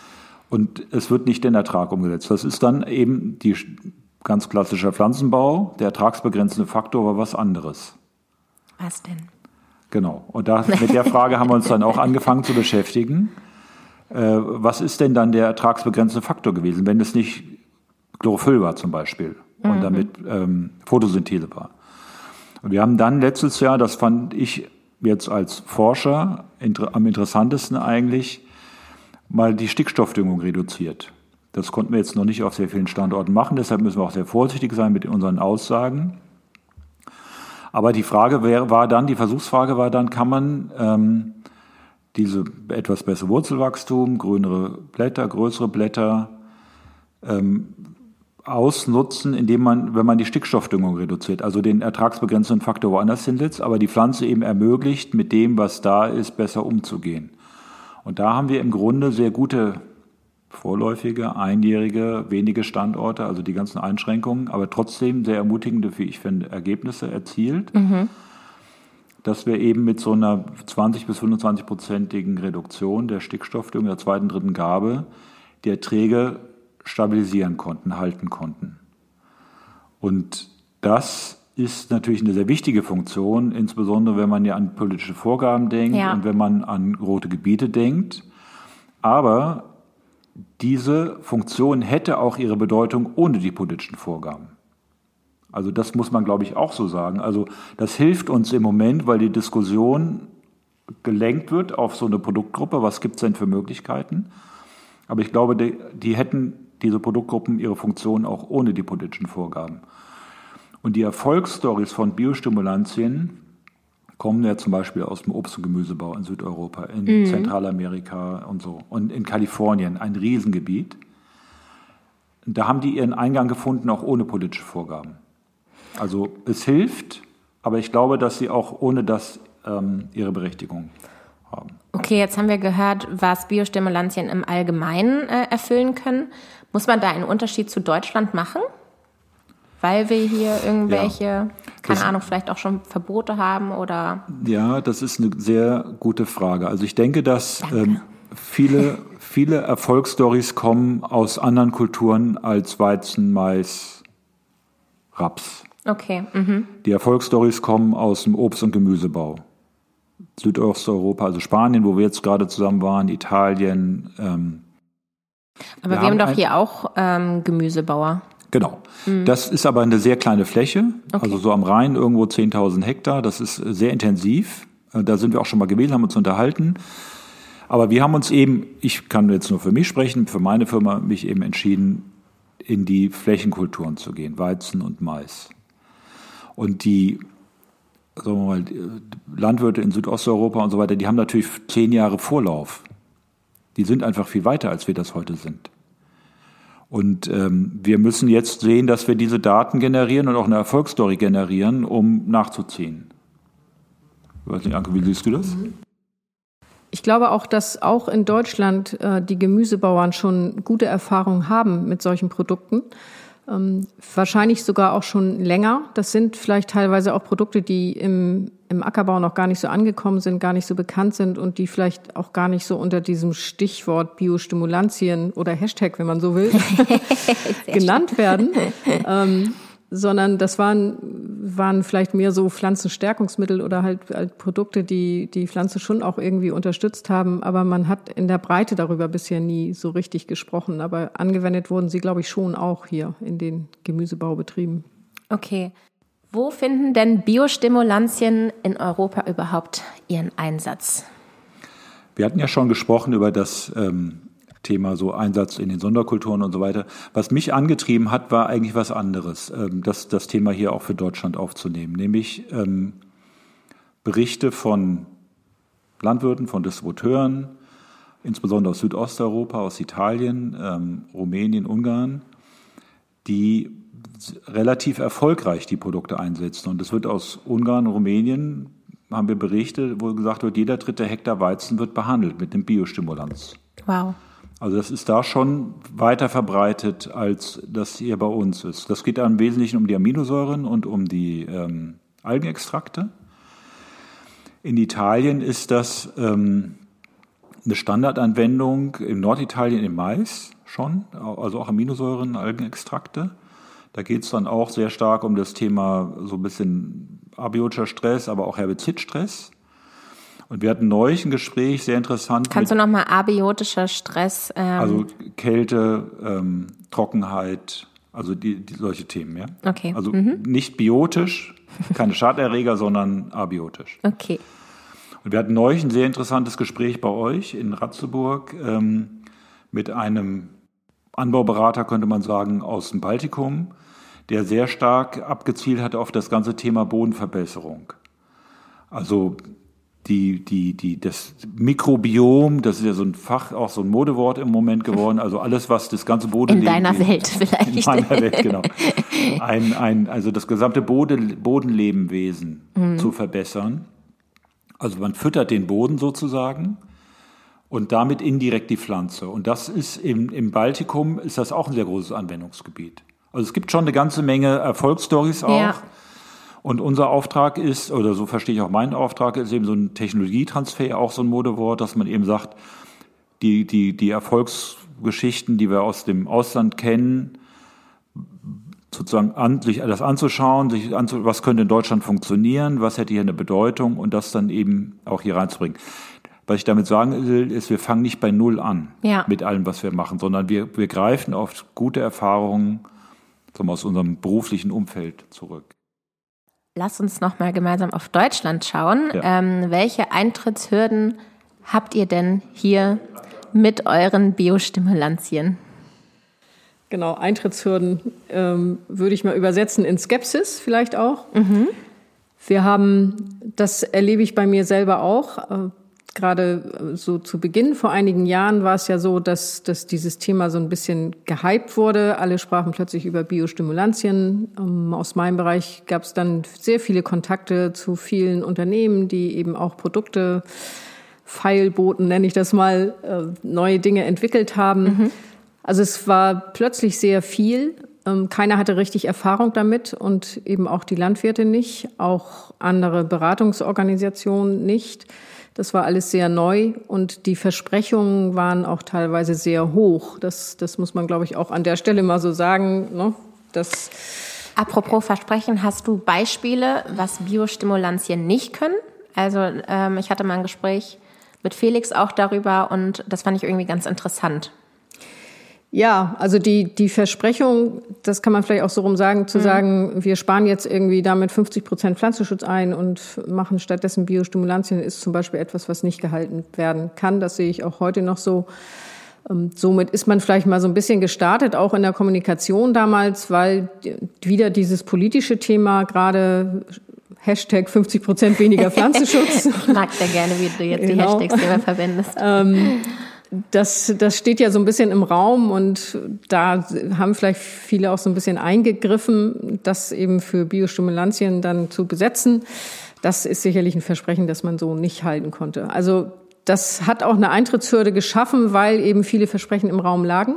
und es wird nicht in Ertrag umgesetzt. Das ist dann eben die ganz klassischer Pflanzenbau. Der ertragsbegrenzende Faktor war was anderes. Was denn? Genau. Und da, mit der Frage haben wir uns dann auch angefangen zu beschäftigen. Äh, was ist denn dann der ertragsbegrenzende Faktor gewesen, wenn es nicht Chlorophyll war zum Beispiel und mhm. damit ähm, Photosynthese war? Und wir haben dann letztes Jahr, das fand ich jetzt als Forscher inter, am interessantesten eigentlich, mal die Stickstoffdüngung reduziert. Das konnten wir jetzt noch nicht auf sehr vielen Standorten machen, deshalb müssen wir auch sehr vorsichtig sein mit unseren Aussagen. Aber die Frage wär, war dann, die Versuchsfrage war dann, kann man ähm, diese etwas bessere Wurzelwachstum, grünere Blätter, größere Blätter ähm, ausnutzen, indem man, wenn man die Stickstoffdüngung reduziert, also den ertragsbegrenzenden Faktor woanders hinsetzt, aber die Pflanze eben ermöglicht, mit dem, was da ist, besser umzugehen. Und da haben wir im Grunde sehr gute vorläufige, einjährige, wenige Standorte, also die ganzen Einschränkungen, aber trotzdem sehr ermutigende, wie ich finde, Ergebnisse erzielt, mhm. dass wir eben mit so einer zwanzig bis fünfundzwanzig-prozentigen Reduktion der Stickstoffdüngung der zweiten, dritten Gabe die Erträge stabilisieren konnten, halten konnten. Und das ist natürlich eine sehr wichtige Funktion, insbesondere wenn man ja an politische Vorgaben denkt ja. und wenn man an rote Gebiete denkt. Aber diese Funktion hätte auch ihre Bedeutung ohne die politischen Vorgaben. Also das muss man, glaube ich, auch so sagen. Also das hilft uns im Moment, weil die Diskussion gelenkt wird auf so eine Produktgruppe. Was gibt es denn für Möglichkeiten? Aber ich glaube, die, die hätten diese Produktgruppen ihre Funktion auch ohne die politischen Vorgaben. Und die Erfolgsstories von Biostimulantien kommen ja zum Beispiel aus dem Obst- und Gemüsebau in Südeuropa, in mhm. Zentralamerika und so. Und in Kalifornien, ein Riesengebiet. Da haben die ihren Eingang gefunden, auch ohne politische Vorgaben. Also es hilft, aber ich glaube, dass sie auch ohne das ähm, ihre Berechtigung haben. Okay, jetzt haben wir gehört, was Biostimulantien im Allgemeinen äh, erfüllen können. Muss man da einen Unterschied zu Deutschland machen? Weil wir hier irgendwelche, ja, keine Ahnung, vielleicht auch schon Verbote haben oder? Ja, das ist eine sehr gute Frage. Also ich denke, dass ähm, viele, viele Erfolgsstories kommen aus anderen Kulturen als Weizen, Mais, Raps. Okay. Mhm. Die Erfolgsstories kommen aus dem Obst- und Gemüsebau. Südosteuropa, also Spanien, wo wir jetzt gerade zusammen waren, Italien. Ähm, Aber wir, wir haben doch ein, hier auch ähm, Gemüsebauer. Genau. Mhm. Das ist aber eine sehr kleine Fläche, okay. Also so am Rhein irgendwo zehntausend Hektar. Das ist sehr intensiv. Da sind wir auch schon mal gewesen, haben uns unterhalten. Aber wir haben uns eben, ich kann jetzt nur für mich sprechen, für meine Firma mich eben entschieden, in die Flächenkulturen zu gehen, Weizen und Mais. Und die, sagen wir mal, Landwirte in Südosteuropa und so weiter, die haben natürlich zehn Jahre Vorlauf. Die sind einfach viel weiter, als wir das heute sind. Und ähm, wir müssen jetzt sehen, dass wir diese Daten generieren und auch eine Erfolgsstory generieren, um nachzuziehen. Ich weiß nicht, Anke, wie siehst du das? Ich glaube auch, dass auch in Deutschland äh, die Gemüsebauern schon gute Erfahrungen haben mit solchen Produkten. Ähm, wahrscheinlich sogar auch schon länger. Das sind vielleicht teilweise auch Produkte, die im, im Ackerbau noch gar nicht so angekommen sind, gar nicht so bekannt sind und die vielleicht auch gar nicht so unter diesem Stichwort Biostimulantien oder Hashtag, wenn man so will, genannt werden. Ähm, sondern das waren, waren vielleicht mehr so Pflanzenstärkungsmittel oder halt, halt Produkte, die die Pflanze schon auch irgendwie unterstützt haben. Aber man hat in der Breite darüber bisher nie so richtig gesprochen. Aber angewendet wurden sie, glaube ich, schon auch hier in den Gemüsebaubetrieben. Okay. Wo finden denn Biostimulantien in Europa überhaupt ihren Einsatz? Wir hatten ja schon gesprochen über das ähm, Thema so Einsatz in den Sonderkulturen und so weiter. Was mich angetrieben hat, war eigentlich was anderes, ähm, das, das Thema hier auch für Deutschland aufzunehmen, nämlich ähm, Berichte von Landwirten, von Distributeuren, insbesondere aus Südosteuropa, aus Italien, ähm, Rumänien, Ungarn, die relativ erfolgreich die Produkte einsetzen. Und es wird aus Ungarn, Rumänien, haben wir Berichte, wo gesagt wird, jeder dritte Hektar Weizen wird behandelt mit einem Biostimulanz. Wow. Also das ist da schon weiter verbreitet, als das hier bei uns ist. Das geht da im Wesentlichen um die Aminosäuren und um die ähm, Algenextrakte. In Italien ist das ähm, eine Standardanwendung, in Norditalien im Mais schon, also auch Aminosäuren, Algenextrakte. Da geht es dann auch sehr stark um das Thema so ein bisschen abiotischer Stress, aber auch Herbizidstress. Und wir hatten neulich ein Gespräch, sehr interessant. Kannst mit, du nochmal abiotischer Stress? Ähm Also Kälte, ähm, Trockenheit, also die, die solche Themen, ja. Okay. Also mhm. nicht biotisch, keine Schaderreger, sondern abiotisch. Okay. Und wir hatten neulich ein sehr interessantes Gespräch bei euch in Ratzeburg ähm, mit einem Anbauberater, könnte man sagen, aus dem Baltikum, der sehr stark abgezielt hat auf das ganze Thema Bodenverbesserung. Also Die, die, die, das Mikrobiom, das ist ja so ein Fach, auch so ein Modewort im Moment geworden. Also alles, was das ganze Bodenleben. In deiner Welt vielleicht. In meiner Welt, genau. Ein, ein, also das gesamte Boden, Bodenlebenwesen mhm. zu verbessern. Also man füttert den Boden sozusagen und damit indirekt die Pflanze. Und das ist im, im Baltikum ist das auch ein sehr großes Anwendungsgebiet. Also es gibt schon eine ganze Menge Erfolgsstories auch. Ja. Und unser Auftrag ist, oder so verstehe ich auch meinen Auftrag, ist eben so ein Technologietransfer, auch so ein Modewort, dass man eben sagt, die, die, die Erfolgsgeschichten, die wir aus dem Ausland kennen, sozusagen an, sich das anzuschauen, sich anzu, was könnte in Deutschland funktionieren, was hätte hier eine Bedeutung und das dann eben auch hier reinzubringen. Was ich damit sagen will, ist, wir fangen nicht bei Null an ja. mit allem, was wir machen, sondern wir, wir greifen auf gute Erfahrungen sagen wir, aus unserem beruflichen Umfeld zurück. Lass uns noch mal gemeinsam auf Deutschland schauen. Ja. Ähm, welche Eintrittshürden habt ihr denn hier mit euren Biostimulantien? Genau, Eintrittshürden ähm, würde ich mal übersetzen in Skepsis vielleicht auch. Mhm. Wir haben, das erlebe ich bei mir selber auch, äh, gerade so zu Beginn vor einigen Jahren war es ja so, dass, dass dieses Thema so ein bisschen gehypt wurde. Alle sprachen plötzlich über Biostimulantien. Ähm, aus meinem Bereich gab es dann sehr viele Kontakte zu vielen Unternehmen, die eben auch Produkte, Feilboten nenne ich das mal, äh, neue Dinge entwickelt haben. Mhm. Also es war plötzlich sehr viel. Ähm, keiner hatte richtig Erfahrung damit und eben auch die Landwirte nicht, auch andere Beratungsorganisationen nicht. Das war alles sehr neu und die Versprechungen waren auch teilweise sehr hoch. Das, das muss man, glaube ich, auch an der Stelle mal so sagen. Ne? Das Apropos Versprechen, hast du Beispiele, was Biostimulantien nicht können? Also ähm, ich hatte mal ein Gespräch mit Felix auch darüber und das fand ich irgendwie ganz interessant. Ja, also die, die Versprechung, das kann man vielleicht auch so rum sagen, zu mhm. sagen, wir sparen jetzt irgendwie damit fünfzig Prozent Pflanzenschutz ein und machen stattdessen Biostimulantien, ist zum Beispiel etwas, was nicht gehalten werden kann. Das sehe ich auch heute noch so. Und somit ist man vielleicht mal so ein bisschen gestartet, auch in der Kommunikation damals, weil wieder dieses politische Thema, gerade Hashtag fünfzig Prozent weniger Pflanzenschutz. Ich mag sehr gerne, wie du jetzt genau. die Hashtags immer verwendest. Ähm, Das, das steht ja so ein bisschen im Raum und da haben vielleicht viele auch so ein bisschen eingegriffen, das eben für Biostimulantien dann zu besetzen. Das ist sicherlich ein Versprechen, das man so nicht halten konnte. Also das hat auch eine Eintrittshürde geschaffen, weil eben viele Versprechen im Raum lagen.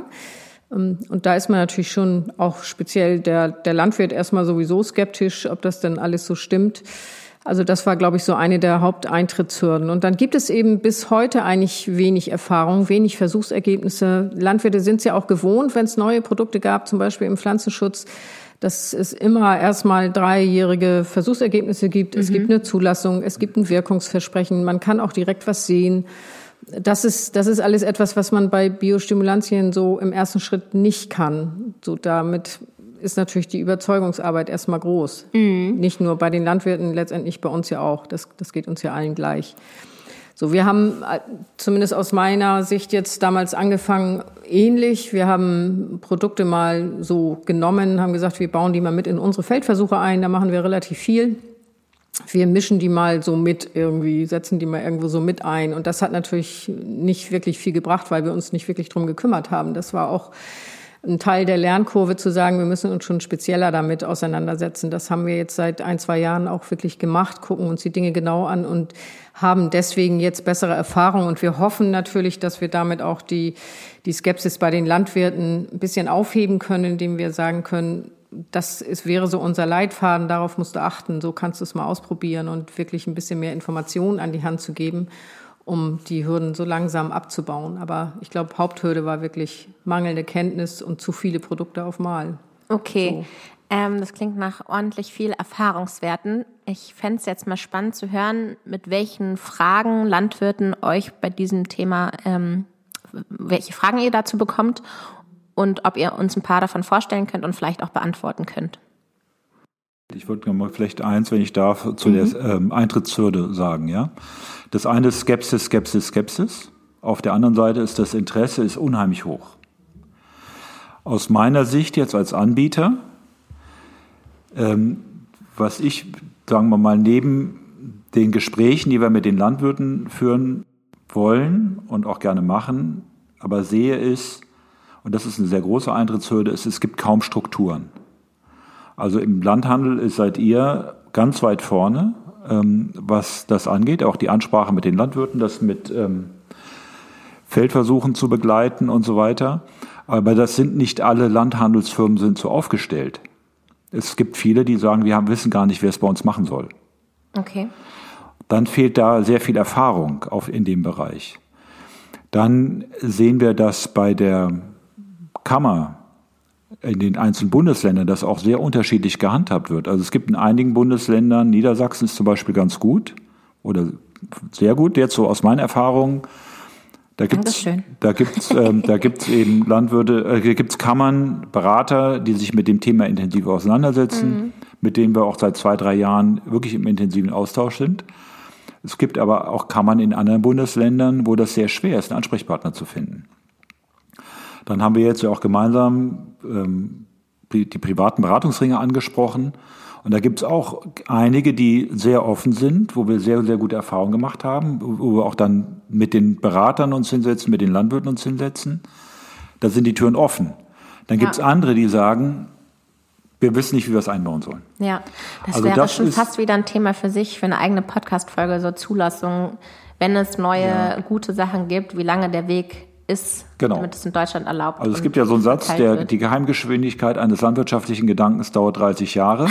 Und da ist man natürlich schon auch speziell der, der Landwirt erstmal sowieso skeptisch, ob das denn alles so stimmt. Also das war, glaube ich, so eine der Haupteintrittshürden. Und dann gibt es eben bis heute eigentlich wenig Erfahrung, wenig Versuchsergebnisse. Landwirte sind es ja auch gewohnt, wenn es neue Produkte gab, zum Beispiel im Pflanzenschutz, dass es immer erstmal dreijährige Versuchsergebnisse gibt. Mhm. Es gibt eine Zulassung, es gibt ein Wirkungsversprechen, man kann auch direkt was sehen. Das ist, das ist alles etwas, was man bei Biostimulantien so im ersten Schritt nicht kann. So damit ist natürlich die Überzeugungsarbeit erstmal groß. Mhm. Nicht nur bei den Landwirten, letztendlich bei uns ja auch. Das, das geht uns ja allen gleich. So, wir haben zumindest aus meiner Sicht jetzt damals angefangen ähnlich. Wir haben Produkte mal so genommen, haben gesagt, wir bauen die mal mit in unsere Feldversuche ein. Da machen wir relativ viel. Wir mischen die mal so mit irgendwie, setzen die mal irgendwo so mit ein. Und das hat natürlich nicht wirklich viel gebracht, weil wir uns nicht wirklich drum gekümmert haben. Das war auch ein Teil der Lernkurve zu sagen, wir müssen uns schon spezieller damit auseinandersetzen. Das haben wir jetzt seit ein, zwei Jahren auch wirklich gemacht, gucken uns die Dinge genau an und haben deswegen jetzt bessere Erfahrungen. Und wir hoffen natürlich, dass wir damit auch die, die Skepsis bei den Landwirten ein bisschen aufheben können, indem wir sagen können, das ist, wäre so unser Leitfaden, darauf musst du achten, so kannst du es mal ausprobieren und wirklich ein bisschen mehr Informationen an die Hand zu geben, um die Hürden so langsam abzubauen. Aber ich glaube, Haupthürde war wirklich mangelnde Kenntnis und zu viele Produkte auf Mal. Okay, so. ähm, das klingt nach ordentlich viel Erfahrungswerten. Ich fände es jetzt mal spannend zu hören, mit welchen Fragen Landwirten euch bei diesem Thema, ähm, welche Fragen ihr dazu bekommt und ob ihr uns ein paar davon vorstellen könnt und vielleicht auch beantworten könnt. Ich wollte mal vielleicht eins, wenn ich darf, zu mhm. der ähm, Eintrittshürde sagen, ja. Das eine ist Skepsis, Skepsis, Skepsis. Auf der anderen Seite ist das Interesse ist unheimlich hoch. Aus meiner Sicht jetzt als Anbieter, ähm, was ich, sagen wir mal, neben den Gesprächen, die wir mit den Landwirten führen wollen und auch gerne machen, aber sehe ist, und das ist eine sehr große Eintrittshürde, ist, es gibt kaum Strukturen. Also im Landhandel seid ihr ganz weit vorne, ähm, was das angeht, auch die Ansprache mit den Landwirten, das mit ähm, Feldversuchen zu begleiten und so weiter. Aber das sind nicht alle Landhandelsfirmen sind so aufgestellt. Es gibt viele, die sagen, wir haben, wissen gar nicht, wer es bei uns machen soll. Okay. Dann fehlt da sehr viel Erfahrung auf, in dem Bereich. Dann sehen wir, dass bei der Kammer in den einzelnen Bundesländern das auch sehr unterschiedlich gehandhabt wird. Also es gibt in einigen Bundesländern, Niedersachsen ist zum Beispiel ganz gut oder sehr gut, jetzt so aus meinen Erfahrungen, da gibt's, da gibt's, ähm, da gibt's eben Landwirte, äh, gibt's Kammern, Berater, die sich mit dem Thema intensiv auseinandersetzen, mhm. mit denen wir auch seit zwei, drei Jahren wirklich im intensiven Austausch sind. Es gibt aber auch Kammern in anderen Bundesländern, wo das sehr schwer ist, einen Ansprechpartner zu finden. Dann haben wir jetzt ja auch gemeinsam ähm, die, die privaten Beratungsringe angesprochen. Und da gibt es auch einige, die sehr offen sind, wo wir sehr, sehr gute Erfahrungen gemacht haben, wo wir auch dann mit den Beratern uns hinsetzen, mit den Landwirten uns hinsetzen. Da sind die Türen offen. Dann gibt es ja. andere, die sagen, wir wissen nicht, wie wir es einbauen sollen. Ja, das also wäre das schon ist, fast wieder ein Thema für sich, für eine eigene Podcast-Folge, so Zulassung, wenn es neue, ja. gute Sachen gibt, wie lange der Weg ist, genau. damit es in Deutschland erlaubt. Also es gibt ja so einen Satz, der wird. Die Geheimgeschwindigkeit eines landwirtschaftlichen Gedankens dauert dreißig Jahre.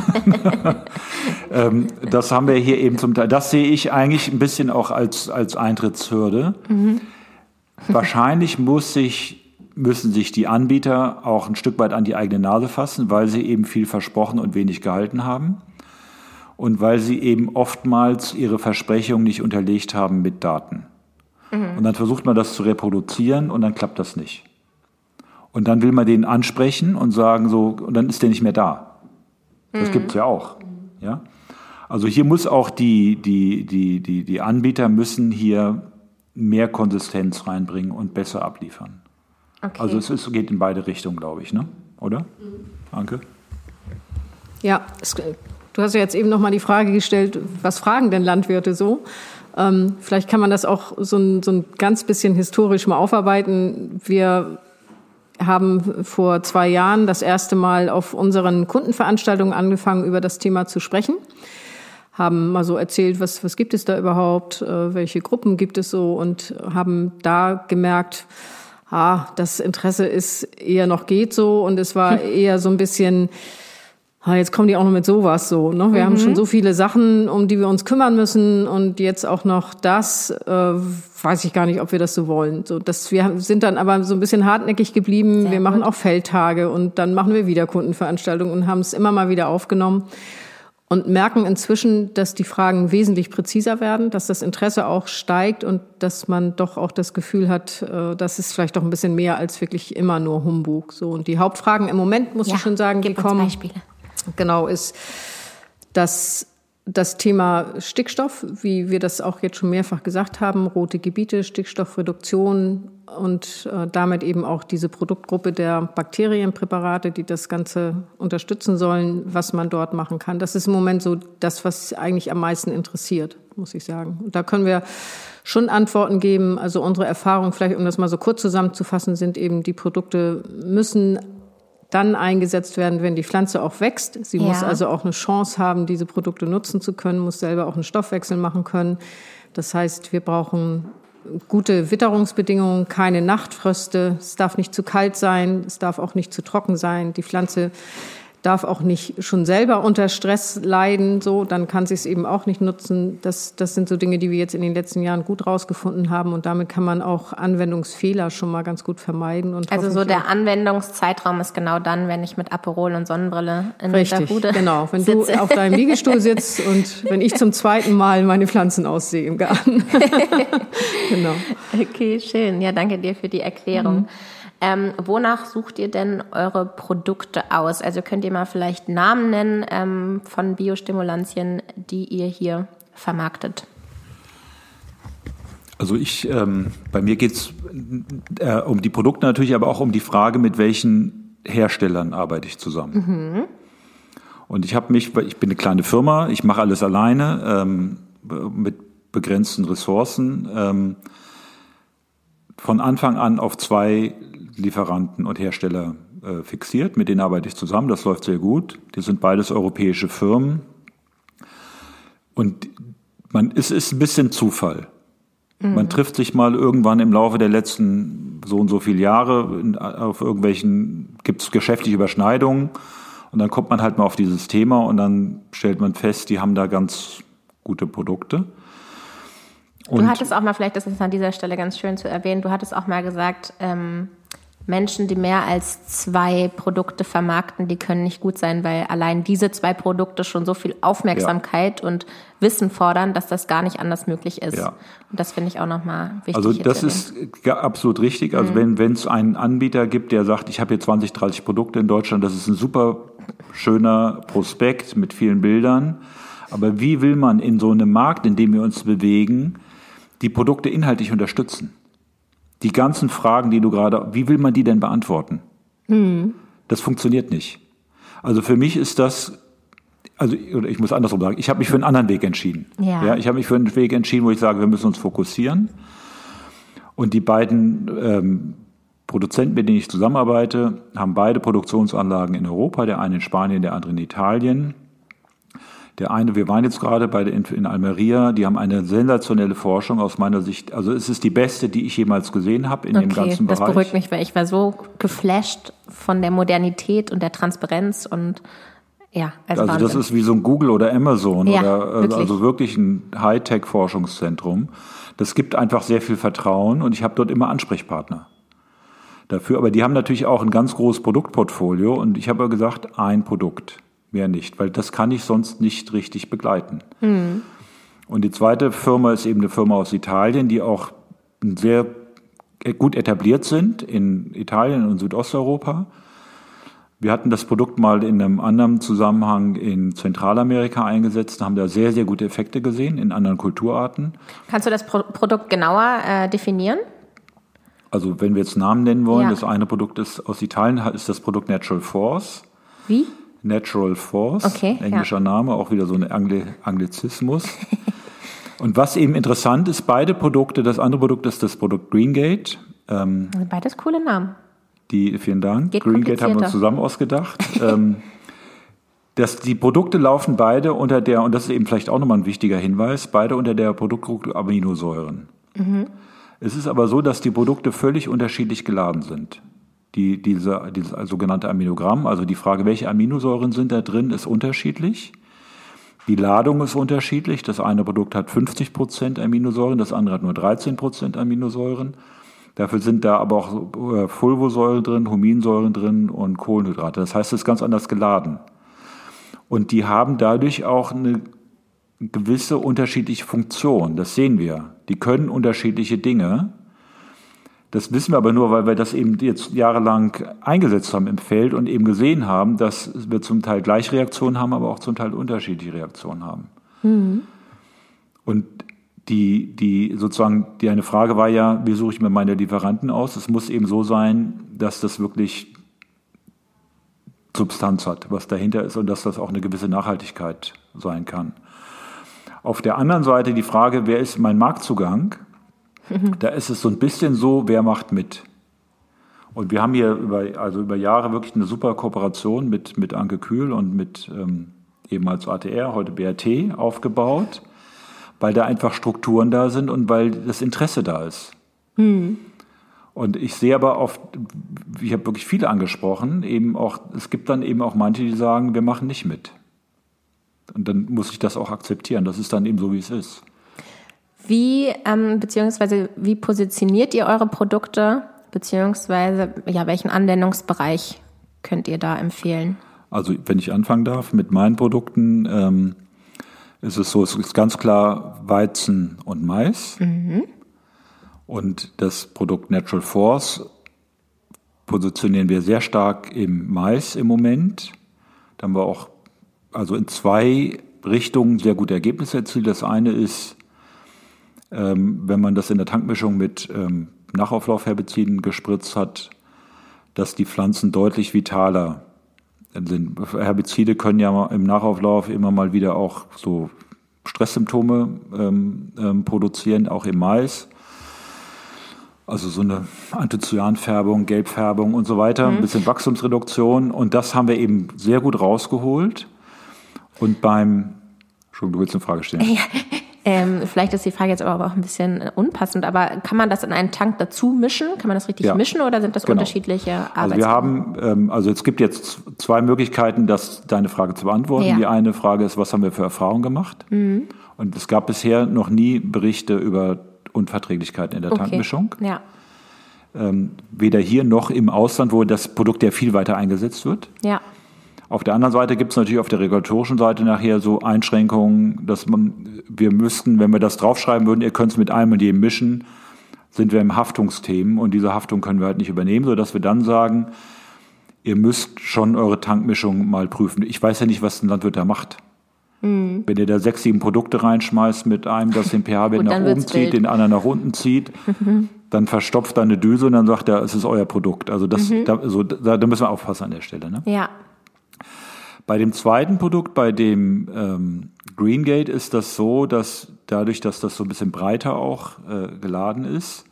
ähm, das haben wir hier eben zum Teil. Das sehe ich eigentlich ein bisschen auch als, als Eintrittshürde. Mhm. Wahrscheinlich muss sich, müssen sich die Anbieter auch ein Stück weit an die eigene Nase fassen, weil sie eben viel versprochen und wenig gehalten haben. Und weil sie eben oftmals ihre Versprechungen nicht unterlegt haben mit Daten. Und dann versucht man das zu reproduzieren und dann klappt das nicht. Und dann will man den ansprechen und sagen so, und dann ist der nicht mehr da. Das mhm. gibt's ja auch. Ja? Also hier muss auch die, die, die, die, die Anbieter müssen hier mehr Konsistenz reinbringen und besser abliefern. Okay. Also es ist, geht in beide Richtungen, glaube ich, ne? Oder? Mhm. Anke? Ja, es, du hast ja jetzt eben noch mal die Frage gestellt, was fragen denn Landwirte so? Ähm, vielleicht kann man das auch so ein, so ein ganz bisschen historisch mal aufarbeiten. Wir haben vor zwei Jahren das erste Mal auf unseren Kundenveranstaltungen angefangen, über das Thema zu sprechen. Haben mal so erzählt, was, was gibt es da überhaupt, äh, welche Gruppen gibt es so, und haben da gemerkt, ah, das Interesse ist eher noch geht so, und es war eher so ein bisschen, ah, jetzt kommen die auch noch mit sowas so, ne? Wir mhm. haben schon so viele Sachen, um die wir uns kümmern müssen, und jetzt auch noch das, äh, weiß ich gar nicht, ob wir das so wollen. So, das, wir sind dann aber so ein bisschen hartnäckig geblieben. Sehr wir machen gut. auch Feldtage, und dann machen wir wieder Kundenveranstaltungen und haben es immer mal wieder aufgenommen. Und merken inzwischen, dass die Fragen wesentlich präziser werden, dass das Interesse auch steigt und dass man doch auch das Gefühl hat, das ist vielleicht doch ein bisschen mehr als wirklich immer nur Humbug. So, und die Hauptfragen im Moment, muss ja, ich schon sagen, die kommen. Beispiele. Genau, ist das, das Thema Stickstoff, wie wir das auch jetzt schon mehrfach gesagt haben, rote Gebiete, Stickstoffreduktion und äh, damit eben auch diese Produktgruppe der Bakterienpräparate, die das Ganze unterstützen sollen, was man dort machen kann. Das ist im Moment so das, was eigentlich am meisten interessiert, muss ich sagen. Und da können wir schon Antworten geben. Also unsere Erfahrung, vielleicht um das mal so kurz zusammenzufassen, sind eben, die Produkte müssen dann eingesetzt werden, wenn die Pflanze auch wächst. Sie ja. muss also auch eine Chance haben, diese Produkte nutzen zu können, muss selber auch einen Stoffwechsel machen können. Das heißt, wir brauchen gute Witterungsbedingungen, keine Nachtfröste. Es darf nicht zu kalt sein, es darf auch nicht zu trocken sein. Die Pflanze darf auch nicht schon selber unter Stress leiden, so, dann kann sie es eben auch nicht nutzen. Das, das sind so Dinge, die wir jetzt in den letzten Jahren gut rausgefunden haben, und damit kann man auch Anwendungsfehler schon mal ganz gut vermeiden. Und also so der Anwendungszeitraum ist genau dann, wenn ich mit Aperol und Sonnenbrille in Richtig, der Bude genau. Wenn sitze. Du auf deinem Liegestuhl sitzt und wenn ich zum zweiten Mal meine Pflanzen aussehe im Garten. Genau. Okay, schön. Ja, danke dir für die Erklärung. Mhm. Ähm, wonach sucht ihr denn eure Produkte aus? Also könnt ihr mal vielleicht Namen nennen ähm, von Biostimulantien, die ihr hier vermarktet? Also ich, ähm, bei mir geht es äh, um die Produkte natürlich, aber auch um die Frage, mit welchen Herstellern arbeite ich zusammen. Mhm. Und ich habe mich, ich bin eine kleine Firma, ich mache alles alleine ähm, mit begrenzten Ressourcen. Ähm, von Anfang an auf zwei Lieferanten und Hersteller äh, fixiert. Mit denen arbeite ich zusammen. Das läuft sehr gut. Die sind beides europäische Firmen. Und man, es ist ein bisschen Zufall. Mhm. Man trifft sich mal irgendwann im Laufe der letzten so und so viele Jahre auf irgendwelchen, gibt es geschäftliche Überschneidungen. Und dann kommt man halt mal auf dieses Thema und dann stellt man fest, die haben da ganz gute Produkte. Und du hattest auch mal, vielleicht ist es an dieser Stelle ganz schön zu erwähnen, du hattest auch mal gesagt, ähm, Menschen, die mehr als zwei Produkte vermarkten, die können nicht gut sein, weil allein diese zwei Produkte schon so viel Aufmerksamkeit ja. und Wissen fordern, dass das gar nicht anders möglich ist. Ja. Und das finde ich auch nochmal wichtig. Also das ist absolut richtig. Also mhm. wenn wenn es einen Anbieter gibt, der sagt, ich habe hier zwanzig, dreißig Produkte in Deutschland, das ist ein super schöner Prospekt mit vielen Bildern. Aber wie will man in so einem Markt, in dem wir uns bewegen, die Produkte inhaltlich unterstützen? Die ganzen Fragen, die du gerade, wie will man die denn beantworten? Mhm. Das funktioniert nicht. Also für mich ist das, also oder ich muss andersrum sagen, ich habe mich für einen anderen Weg entschieden. Ja. Ja, ich habe mich für einen Weg entschieden, wo ich sage, wir müssen uns fokussieren. Und die beiden ähm, Produzenten, mit denen ich zusammenarbeite, haben beide Produktionsanlagen in Europa, der eine in Spanien, der andere in Italien. Der eine, wir waren jetzt gerade bei der, in Almeria, die haben eine sensationelle Forschung aus meiner Sicht. Also es ist die beste, die ich jemals gesehen habe in okay, dem ganzen Bereich. Das beruhigt mich, weil ich war so geflasht von der Modernität und der Transparenz und ja, also, also das ist wie so ein Google oder Amazon ja, oder wirklich. Also wirklich ein Hightech-Forschungszentrum. Das gibt einfach sehr viel Vertrauen und ich habe dort immer Ansprechpartner dafür. Aber die haben natürlich auch ein ganz großes Produktportfolio und ich habe gesagt, ein Produkt. Mehr nicht, weil das kann ich sonst nicht richtig begleiten. Mhm. Und die zweite Firma ist eben eine Firma aus Italien, die auch sehr gut etabliert sind in Italien und Südosteuropa. Wir hatten das Produkt mal in einem anderen Zusammenhang in Zentralamerika eingesetzt, haben da sehr, sehr gute Effekte gesehen in anderen Kulturarten. Kannst du das Pro- Produkt genauer äh, definieren? Also wenn wir jetzt Namen nennen wollen, ja. das eine Produkt ist aus Italien, ist das Produkt Natural Force. Wie? Natural Force, okay, englischer ja. Name, auch wieder so ein Angli- Anglizismus. Und was eben interessant ist, beide Produkte, das andere Produkt ist das Produkt GreenGate. Ähm, Beides coole Namen. Die, vielen Dank. Geht GreenGate haben wir uns zusammen ausgedacht. ähm, das, die Produkte laufen beide unter der, und das ist eben vielleicht auch nochmal ein wichtiger Hinweis, beide unter der Produktgruppe Aminosäuren. Mhm. Es ist aber so, dass die Produkte völlig unterschiedlich geladen sind. Die, diese, dieses sogenannte Aminogramm, also die Frage, welche Aminosäuren sind da drin, ist unterschiedlich. Die Ladung ist unterschiedlich. Das eine Produkt hat fünfzig Prozent Aminosäuren, das andere hat nur dreizehn Prozent Aminosäuren. Dafür sind da aber auch Fulvosäuren drin, Huminsäuren drin und Kohlenhydrate. Das heißt, es ist ganz anders geladen. Und die haben dadurch auch eine gewisse unterschiedliche Funktion. Das sehen wir. Die können unterschiedliche Dinge. Das wissen wir aber nur, weil wir das eben jetzt jahrelang eingesetzt haben im Feld und eben gesehen haben, dass wir zum Teil Gleichreaktionen haben, aber auch zum Teil unterschiedliche Reaktionen haben. Mhm. Und die, die sozusagen, die eine Frage war ja, wie suche ich mir meine Lieferanten aus? Es muss eben so sein, dass das wirklich Substanz hat, was dahinter ist und dass das auch eine gewisse Nachhaltigkeit sein kann. Auf der anderen Seite die Frage, wer ist mein Marktzugang? Da ist es so ein bisschen so, wer macht mit? Und wir haben hier über, also über Jahre wirklich eine super Kooperation mit, mit Anke Kühl und mit ähm, ehemals A T R, heute B R T, aufgebaut, weil da einfach Strukturen da sind und weil das Interesse da ist. Mhm. Und ich sehe aber oft, ich habe wirklich viele angesprochen, eben auch, es gibt dann eben auch manche, die sagen, wir machen nicht mit. Und dann muss ich das auch akzeptieren. Das ist dann eben so, wie es ist. Wie, ähm, beziehungsweise wie positioniert ihr eure Produkte, beziehungsweise ja, welchen Anwendungsbereich könnt ihr da empfehlen? Also wenn ich anfangen darf mit meinen Produkten, ähm, ist es so, es ist ganz klar Weizen und Mais. Mhm. Und das Produkt Natural Force positionieren wir sehr stark im Mais im Moment. Da haben wir auch also in zwei Richtungen sehr gute Ergebnisse erzielt. Das eine ist, ähm, wenn man das in der Tankmischung mit ähm, Nachauflaufherbiziden gespritzt hat, dass die Pflanzen deutlich vitaler sind. Herbizide können ja im Nachauflauf immer mal wieder auch so Stresssymptome ähm, ähm, produzieren, auch im Mais. Also so eine Anthocyanfärbung, Gelbfärbung und so weiter, mhm. ein bisschen Wachstumsreduktion. Und das haben wir eben sehr gut rausgeholt. Und beim, Entschuldigung, du willst eine Frage stellen. Ja, ähm, vielleicht ist die Frage jetzt aber auch ein bisschen unpassend, aber kann man das in einen Tank dazu mischen? Kann man das richtig ja. mischen oder sind das genau. unterschiedliche Arbeitsweisen? Also wir haben, ähm, also es gibt jetzt zwei Möglichkeiten, das, deine Frage zu beantworten. Ja. Die eine Frage ist, was haben wir für Erfahrungen gemacht? Mhm. Und es gab bisher noch nie Berichte über Unverträglichkeiten in der okay. Tankmischung. Ja. Ähm, weder hier noch im Ausland, wo das Produkt ja viel weiter eingesetzt wird. Ja. Auf der anderen Seite gibt es natürlich auf der regulatorischen Seite nachher so Einschränkungen, dass man, wir müssten, wenn wir das draufschreiben würden, ihr könnt es mit einem und jedem mischen, sind wir im Haftungsthemen und diese Haftung können wir halt nicht übernehmen, sodass wir dann sagen, ihr müsst schon eure Tankmischung mal prüfen. Ich weiß ja nicht, was ein Landwirt da macht. Mhm. Wenn ihr da sechs, sieben Produkte reinschmeißt mit einem, das den pH-Wert nach oben zieht, wild. Den anderen nach unten zieht, mhm. dann verstopft da eine Düse und dann sagt er, es ist euer Produkt. Also das, mhm. da, so, da, da müssen wir aufpassen an der Stelle. Ne? Ja. Bei dem zweiten Produkt, bei dem ähm, GreenGate, ist das so, dass dadurch, dass das so ein bisschen breiter auch äh, geladen ist,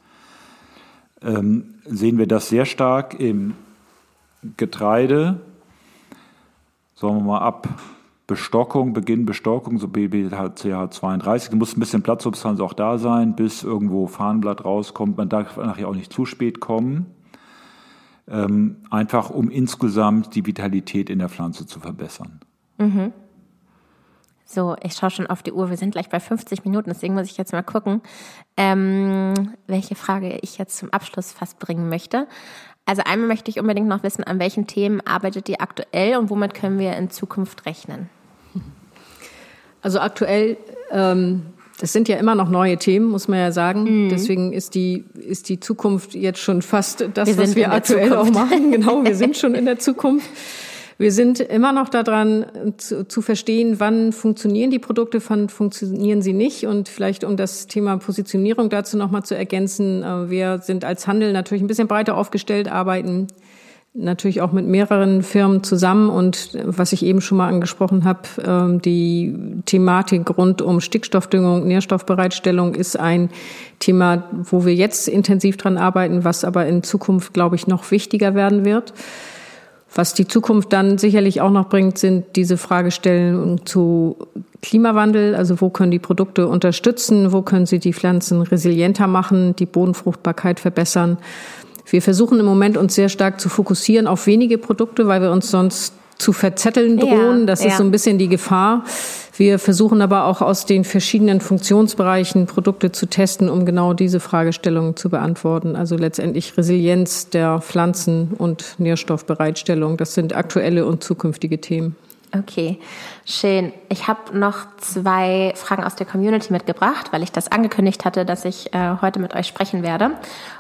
ähm, sehen wir das sehr stark im Getreide, sagen wir mal ab Bestockung, Beginn Bestockung, so B B C H zweiunddreißig, da muss ein bisschen Blattsubstanz auch da sein, bis irgendwo Farnblatt rauskommt. Man darf nachher auch nicht zu spät kommen. Ähm, einfach um insgesamt die Vitalität in der Pflanze zu verbessern. Mhm. So, ich schaue schon auf die Uhr, wir sind gleich bei fünfzig Minuten, deswegen muss ich jetzt mal gucken, ähm, welche Frage ich jetzt zum Abschluss fast bringen möchte. Also einmal möchte ich unbedingt noch wissen, an welchen Themen arbeitet ihr aktuell und womit können wir in Zukunft rechnen? Also aktuell, ähm, das sind ja immer noch neue Themen, muss man ja sagen. Mhm. Deswegen ist die, ist die Zukunft jetzt schon fast das, wir was wir aktuell Zukunft. auch machen. Genau, wir sind schon in der Zukunft. Wir sind immer noch daran zu, zu verstehen, wann funktionieren die Produkte, wann funktionieren sie nicht. Und vielleicht, um das Thema Positionierung dazu nochmal zu ergänzen, wir sind als Handel natürlich ein bisschen breiter aufgestellt, arbeiten natürlich auch mit mehreren Firmen zusammen und was ich eben schon mal angesprochen habe, die Thematik rund um Stickstoffdüngung, Nährstoffbereitstellung ist ein Thema, wo wir jetzt intensiv dran arbeiten, was aber in Zukunft, glaube ich, noch wichtiger werden wird. Was die Zukunft dann sicherlich auch noch bringt, sind diese Fragestellungen zu Klimawandel. Also wo können die Produkte unterstützen, wo können sie die Pflanzen resilienter machen, die Bodenfruchtbarkeit verbessern. Wir versuchen im Moment uns sehr stark zu fokussieren auf wenige Produkte, weil wir uns sonst zu verzetteln drohen. Ja, das ja. ist so ein bisschen die Gefahr. Wir versuchen aber auch aus den verschiedenen Funktionsbereichen Produkte zu testen, um genau diese Fragestellungen zu beantworten. Also letztendlich Resilienz der Pflanzen und Nährstoffbereitstellung. Das sind aktuelle und zukünftige Themen. Okay, schön. Ich habe noch zwei Fragen aus der Community mitgebracht, weil ich das angekündigt hatte, dass ich äh, heute mit euch sprechen werde.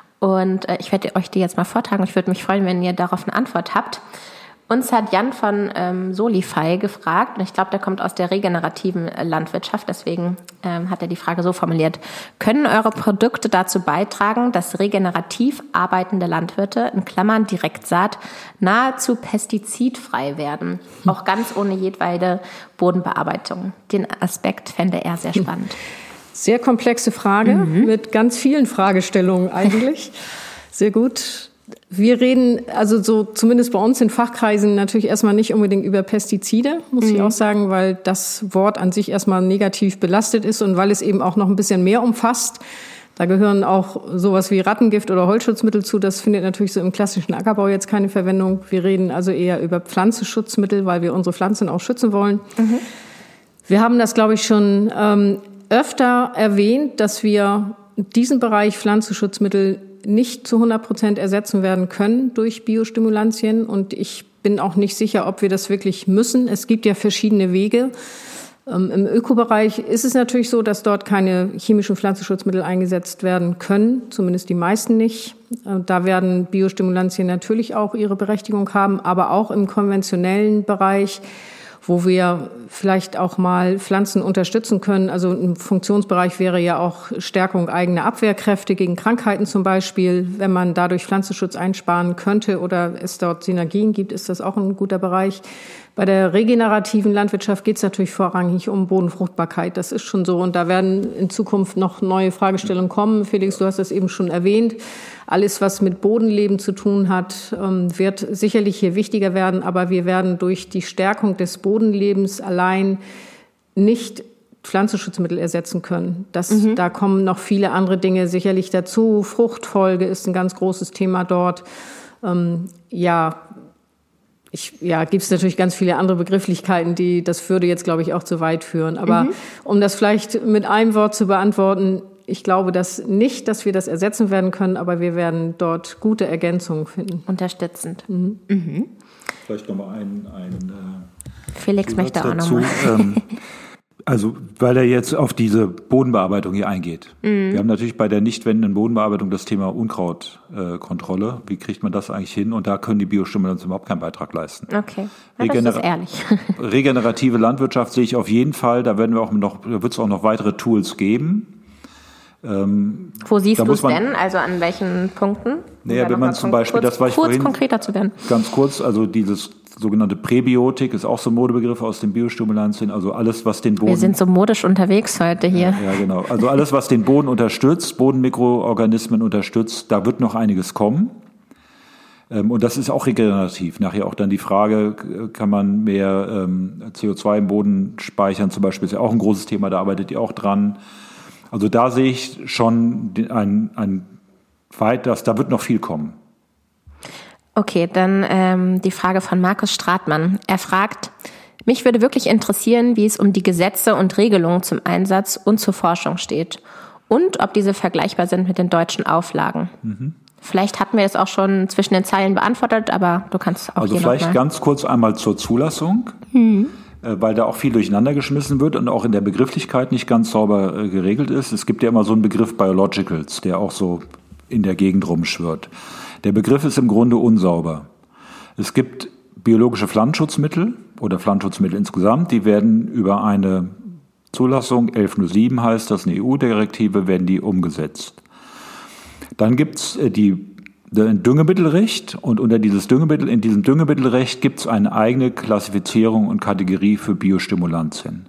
Und äh, ich werde euch die jetzt mal vortragen. Ich würde mich freuen, wenn ihr darauf eine Antwort habt. Uns hat Jan von ähm, Solify gefragt, und ich glaube, der kommt aus der regenerativen Landwirtschaft, deswegen ähm, hat er die Frage so formuliert: Können eure Produkte dazu beitragen, dass regenerativ arbeitende Landwirte, in Klammern Direktsaat, nahezu pestizidfrei werden? Auch ganz ohne jedwede Bodenbearbeitung. Den Aspekt fände er sehr spannend. Sehr komplexe Frage mhm. mit ganz vielen Fragestellungen eigentlich. Sehr gut. Wir reden also so zumindest bei uns in Fachkreisen natürlich erstmal nicht unbedingt über Pestizide, muss mhm. ich auch sagen, weil das Wort an sich erstmal negativ belastet ist und weil es eben auch noch ein bisschen mehr umfasst. Da gehören auch sowas wie Rattengift oder Holzschutzmittel zu. Das findet natürlich so im klassischen Ackerbau jetzt keine Verwendung. Wir reden also eher über Pflanzenschutzmittel, weil wir unsere Pflanzen auch schützen wollen. Mhm. Wir haben das, glaube ich, schon ähm, öfter erwähnt, dass wir diesen Bereich Pflanzenschutzmittel nicht zu hundert Prozent ersetzen werden können durch Biostimulantien. Und ich bin auch nicht sicher, ob wir das wirklich müssen. Es gibt ja verschiedene Wege. Ähm, Im Ökobereich ist es natürlich so, dass dort keine chemischen Pflanzenschutzmittel eingesetzt werden können, zumindest die meisten nicht. Äh, da werden Biostimulantien natürlich auch ihre Berechtigung haben, aber auch im konventionellen Bereich, wo wir vielleicht auch mal Pflanzen unterstützen können. Also ein Funktionsbereich wäre ja auch Stärkung eigener Abwehrkräfte gegen Krankheiten zum Beispiel. Wenn man dadurch Pflanzenschutz einsparen könnte oder es dort Synergien gibt, ist das auch ein guter Bereich. Bei der regenerativen Landwirtschaft geht es natürlich vorrangig um Bodenfruchtbarkeit. Das ist schon so. Und da werden in Zukunft noch neue Fragestellungen kommen. Felix, du hast das eben schon erwähnt. Alles, was mit Bodenleben zu tun hat, wird sicherlich hier wichtiger werden. Aber wir werden durch die Stärkung des Bodenlebens allein nicht Pflanzenschutzmittel ersetzen können. Das, mhm. Da kommen noch viele andere Dinge sicherlich dazu. Fruchtfolge ist ein ganz großes Thema dort. Ähm, ja, Ich, ja, gibt es natürlich ganz viele andere Begrifflichkeiten, die, das würde jetzt, glaube ich, auch zu weit führen. Aber mhm. um das vielleicht mit einem Wort zu beantworten, ich glaube das nicht, dass wir das ersetzen werden können, aber wir werden dort gute Ergänzungen finden. Unterstützend. Mhm. Mhm. Vielleicht nochmal ein, ein äh, Felix möchte auch nochmal. Ähm, also, weil er jetzt auf diese Bodenbearbeitung hier eingeht. Mhm. Wir haben natürlich bei der nicht wendenden Bodenbearbeitung das Thema Unkrautkontrolle. Äh, Wie kriegt man das eigentlich hin? Und da können die Biostimulantien überhaupt keinen Beitrag leisten. Okay, ja, das Regener- ist ehrlich. Regenerative Landwirtschaft sehe ich auf jeden Fall. Da werden wir auch noch, da wird es auch noch weitere Tools geben. Ähm, Wo siehst du es denn? Also an welchen Punkten? Naja, wenn man zum Beispiel, kurz, das war ich kurz vorhin, konkreter zu werden. Ganz kurz, also dieses sogenannte Präbiotik ist auch so ein Modebegriff aus den Biostimulantien, also alles, was den Boden... Wir sind so modisch unterwegs heute hier. Ja, ja, genau. Also alles, was den Boden unterstützt, Bodenmikroorganismen unterstützt, da wird noch einiges kommen. Und das ist auch regenerativ. Nachher auch dann die Frage, kann man mehr C O zwei im Boden speichern zum Beispiel, ist ja auch ein großes Thema, da arbeitet ihr auch dran. Also da sehe ich schon ein, ein weit, dass da wird noch viel kommen. Okay, dann ähm, die Frage von Markus Stratmann. Er fragt: Mich würde wirklich interessieren, wie es um die Gesetze und Regelungen zum Einsatz und zur Forschung steht und ob diese vergleichbar sind mit den deutschen Auflagen. Mhm. Vielleicht hatten wir es auch schon zwischen den Zeilen beantwortet, aber du kannst auch also hier vielleicht noch mal. Ganz kurz einmal zur Zulassung, mhm. äh, weil da auch viel durcheinander geschmissen wird und auch in der Begrifflichkeit nicht ganz sauber äh, geregelt ist. Es gibt ja immer so einen Begriff Biologicals, der auch so in der Gegend rumschwirrt. Der Begriff ist im Grunde unsauber. Es gibt biologische Pflanzenschutzmittel oder Pflanzenschutzmittel insgesamt, die werden über eine Zulassung, elf null sieben heißt das, eine E U-Direktive, werden die umgesetzt. Dann gibt's die ein Düngemittelrecht und unter dieses Düngemittel, in diesem Düngemittelrecht gibt es eine eigene Klassifizierung und Kategorie für Biostimulantien.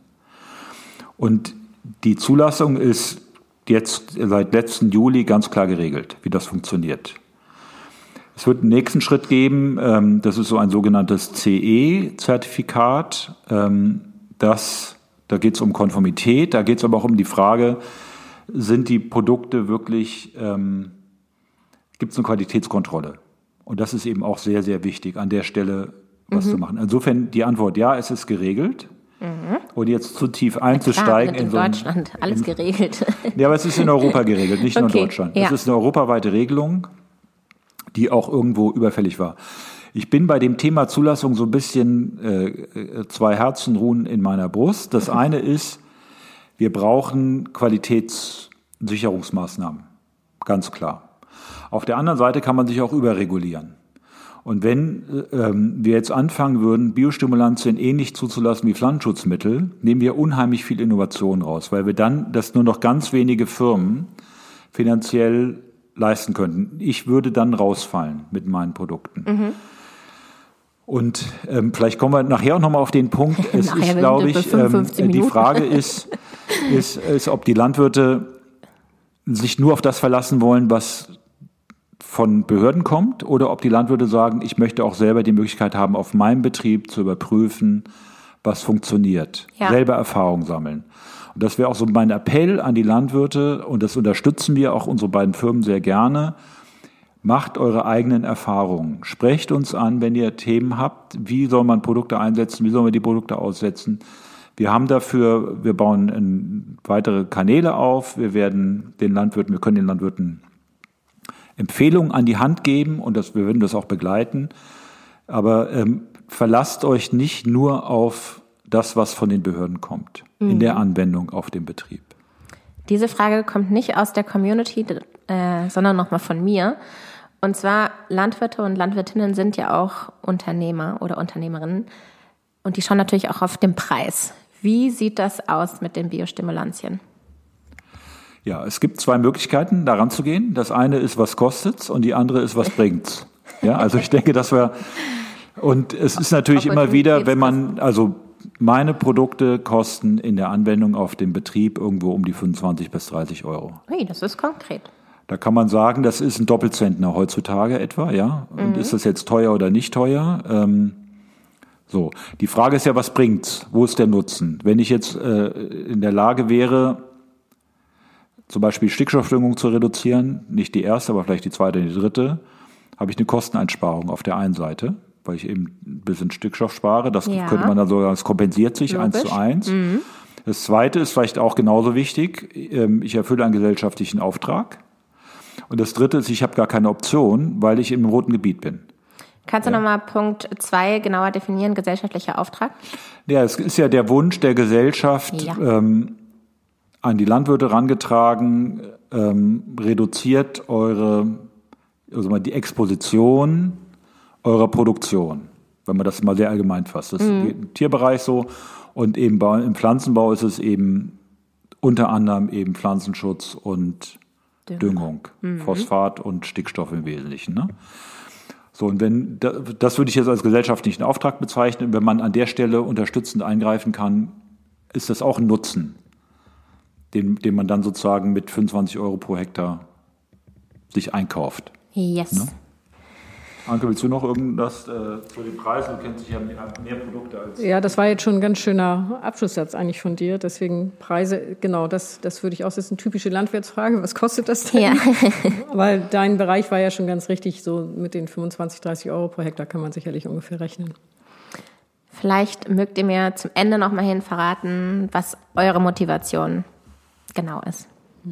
Und die Zulassung ist jetzt seit letzten Juli ganz klar geregelt, wie das funktioniert. Es wird einen nächsten Schritt geben, das ist so ein sogenanntes C E-Zertifikat. Das, da geht es um Konformität, da geht es aber auch um die Frage, sind die Produkte wirklich, ähm, gibt es eine Qualitätskontrolle? Und das ist eben auch sehr, sehr wichtig, an der Stelle was mhm. zu machen. Insofern die Antwort, ja, es ist geregelt. Mhm. Und jetzt zu tief einzusteigen. In, in so Deutschland, ein, alles in, geregelt. Ja, aber es ist in Europa geregelt, nicht nur okay. in Deutschland. Ja. Es ist eine europaweite Regelung, die auch irgendwo überfällig war. Ich bin bei dem Thema Zulassung so ein bisschen, äh, zwei Herzen ruhen in meiner Brust. Das eine ist, wir brauchen Qualitätssicherungsmaßnahmen, ganz klar. Auf der anderen Seite kann man sich auch überregulieren. Und wenn ähm, wir jetzt anfangen würden, Biostimulantien ähnlich zuzulassen wie Pflanzenschutzmittel, nehmen wir unheimlich viel Innovation raus, weil wir dann das nur noch ganz wenige Firmen finanziell leisten könnten. Ich würde dann rausfallen mit meinen Produkten. Mhm. Und ähm, vielleicht kommen wir nachher auch nochmal auf den Punkt. Es ist, glaube ich, ähm, die Frage ist, ist, ist, ob die Landwirte sich nur auf das verlassen wollen, was von Behörden kommt, oder ob die Landwirte sagen, ich möchte auch selber die Möglichkeit haben, auf meinem Betrieb zu überprüfen, was funktioniert, ja. selber Erfahrung sammeln. Und das wäre auch so mein Appell an die Landwirte, und das unterstützen wir auch unsere beiden Firmen sehr gerne. Macht eure eigenen Erfahrungen. Sprecht uns an, wenn ihr Themen habt. Wie soll man Produkte einsetzen? Wie sollen wir die Produkte aussetzen? Wir haben dafür, wir bauen in weitere Kanäle auf. Wir werden den Landwirten, wir können den Landwirten Empfehlungen an die Hand geben, und das, wir würden das auch begleiten. Aber ähm, verlasst euch nicht nur auf das, was von den Behörden kommt, mhm. in der Anwendung auf dem Betrieb. Diese Frage kommt nicht aus der Community, äh, sondern nochmal von mir. Und zwar, Landwirte und Landwirtinnen sind ja auch Unternehmer oder Unternehmerinnen, und die schauen natürlich auch auf den Preis. Wie sieht das aus mit den Biostimulantien? Ja, es gibt zwei Möglichkeiten, daran zu gehen. Das eine ist, was kostet's, und die andere ist, was bringt's. Ja, also ich denke, dass wir, und es ist natürlich immer wieder, wenn man, also meine Produkte kosten in der Anwendung auf dem Betrieb irgendwo um die fünfundzwanzig bis dreißig Euro. Hey, das ist konkret. Da kann man sagen, das ist ein Doppelzentner heutzutage etwa, ja. Und mhm. ist das jetzt teuer oder nicht teuer? Ähm, so, die Frage ist ja, was bringt's? Wo ist der Nutzen? Wenn ich jetzt äh, in der Lage wäre, zum Beispiel Stickstoffdüngung zu reduzieren, nicht die erste, aber vielleicht die zweite und die dritte, habe ich eine Kosteneinsparung auf der einen Seite, weil ich eben ein bisschen Stickstoff spare. Das ja. könnte man dann sogar, das kompensiert sich Logisch. eins zu eins. Mhm. Das zweite ist vielleicht auch genauso wichtig. Ich erfülle einen gesellschaftlichen Auftrag. Und das dritte ist, ich habe gar keine Option, weil ich im roten Gebiet bin. Kannst du ja. nochmal Punkt zwei genauer definieren, gesellschaftlicher Auftrag? Ja, es ist ja der Wunsch der Gesellschaft, ja. ähm, an die Landwirte herangetragen, ähm, reduziert eure, also mal die Exposition eurer Produktion, wenn man das mal sehr allgemein fasst. Das mhm. geht im Tierbereich so, und eben bei, im Pflanzenbau ist es eben unter anderem eben Pflanzenschutz und Düngung, Düngung mhm. Phosphat und Stickstoff im Wesentlichen. Ne? So, und wenn, das würde ich jetzt als gesellschaftlichen Auftrag bezeichnen. Wenn man an der Stelle unterstützend eingreifen kann, ist das auch ein Nutzen, den, den man dann sozusagen mit fünfundzwanzig Euro pro Hektar sich einkauft. Yes. Ne? Anke, willst du noch irgendwas äh, zu den Preisen? Du kennst dich ja mehr, mehr Produkte als... Ja, das war jetzt schon ein ganz schöner Abschlusssatz eigentlich von dir. Deswegen Preise, genau, das, das würde ich auch, das ist eine typische Landwirtsfrage. Was kostet das denn? Ja. Weil dein Bereich war ja schon ganz richtig, so mit den fünfundzwanzig, dreißig Euro pro Hektar kann man sicherlich ungefähr rechnen. Vielleicht mögt ihr mir zum Ende noch mal hin verraten, was eure Motivation genau ist.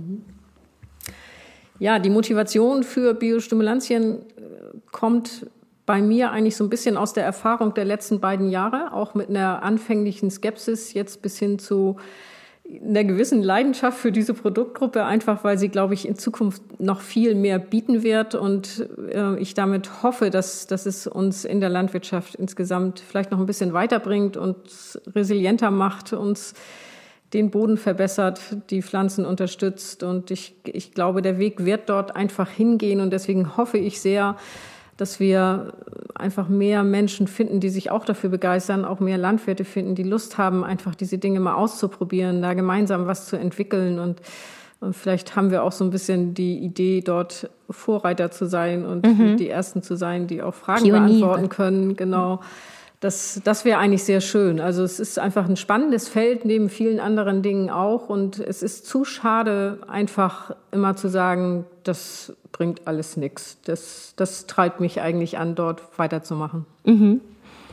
Ja, die Motivation für Biostimulantien kommt bei mir eigentlich so ein bisschen aus der Erfahrung der letzten beiden Jahre, auch mit einer anfänglichen Skepsis jetzt bis hin zu einer gewissen Leidenschaft für diese Produktgruppe, einfach weil sie, glaube ich, in Zukunft noch viel mehr bieten wird, und äh, ich damit hoffe, dass, dass es uns in der Landwirtschaft insgesamt vielleicht noch ein bisschen weiterbringt, uns resilienter macht, uns den Boden verbessert, die Pflanzen unterstützt. Und ich, ich glaube, der Weg wird dort einfach hingehen. Und deswegen hoffe ich sehr, dass wir einfach mehr Menschen finden, die sich auch dafür begeistern, auch mehr Landwirte finden, die Lust haben, einfach diese Dinge mal auszuprobieren, da gemeinsam was zu entwickeln. Und, und vielleicht haben wir auch so ein bisschen die Idee, dort Vorreiter zu sein und mhm. die Ersten zu sein, die auch Fragen Pioniere. beantworten können. Genau. Das, das wäre eigentlich sehr schön. Also es ist einfach ein spannendes Feld, neben vielen anderen Dingen auch. Und es ist zu schade, einfach immer zu sagen, das bringt alles nichts. Das, das treibt mich eigentlich an, dort weiterzumachen. Mhm.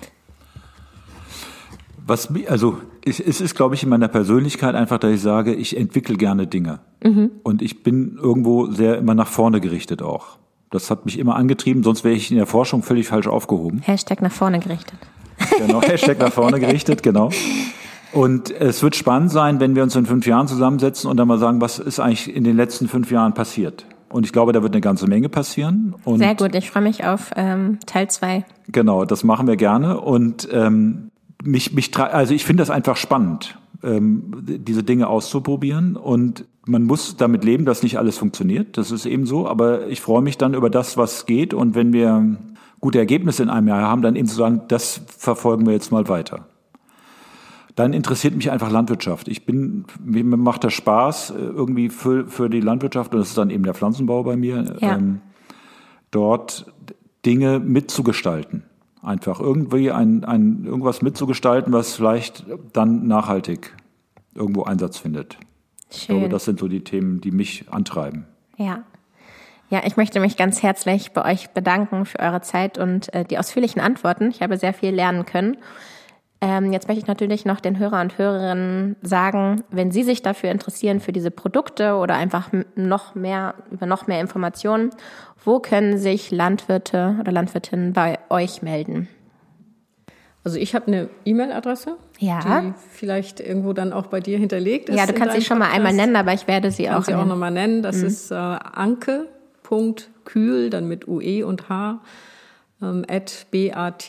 Was, also es ist, glaube ich, in meiner Persönlichkeit einfach, dass ich sage, ich entwickle gerne Dinge. Mhm. Und ich bin irgendwo sehr immer nach vorne gerichtet auch. Das hat mich immer angetrieben, sonst wäre ich in der Forschung völlig falsch aufgehoben. Hashtag nach vorne gerichtet. Genau, Hashtag nach vorne gerichtet, genau. Und es wird spannend sein, wenn wir uns in fünf Jahren zusammensetzen und dann mal sagen, was ist eigentlich in den letzten fünf Jahren passiert. Und ich glaube, da wird eine ganze Menge passieren. Und sehr gut, ich freue mich auf ähm, Teil zwei. Genau, das machen wir gerne. Und ähm, mich, mich, also ich finde das einfach spannend, ähm, diese Dinge auszuprobieren. Und man muss damit leben, dass nicht alles funktioniert. Das ist eben so. Aber ich freue mich dann über das, was geht. Und wenn wir gute Ergebnisse in einem Jahr haben, dann eben zu sagen, das verfolgen wir jetzt mal weiter. Dann interessiert mich einfach Landwirtschaft. Ich bin, mir macht das Spaß irgendwie für, für die Landwirtschaft, und das ist dann eben der Pflanzenbau bei mir, ja. ähm, dort Dinge mitzugestalten. Einfach irgendwie ein, ein, irgendwas mitzugestalten, was vielleicht dann nachhaltig irgendwo Einsatz findet. Schön. Ich glaube, das sind so die Themen, die mich antreiben. Ja. Ja, ich möchte mich ganz herzlich bei euch bedanken für eure Zeit und äh, die ausführlichen Antworten. Ich habe sehr viel lernen können. Ähm, jetzt möchte ich natürlich noch den Hörer und Hörerinnen sagen, wenn Sie sich dafür interessieren, für diese Produkte oder einfach noch mehr, über noch mehr Informationen, wo können sich Landwirte oder Landwirtinnen bei euch melden? Also ich habe eine E-Mail-Adresse, ja. die vielleicht irgendwo dann auch bei dir hinterlegt ist. Ja, du kannst sie schon mal einmal nennen, aber ich werde sie auch, sie auch nochmal nennen. Das mhm. ist äh, Anke. Kühl, dann mit U E und H, ähm, at bat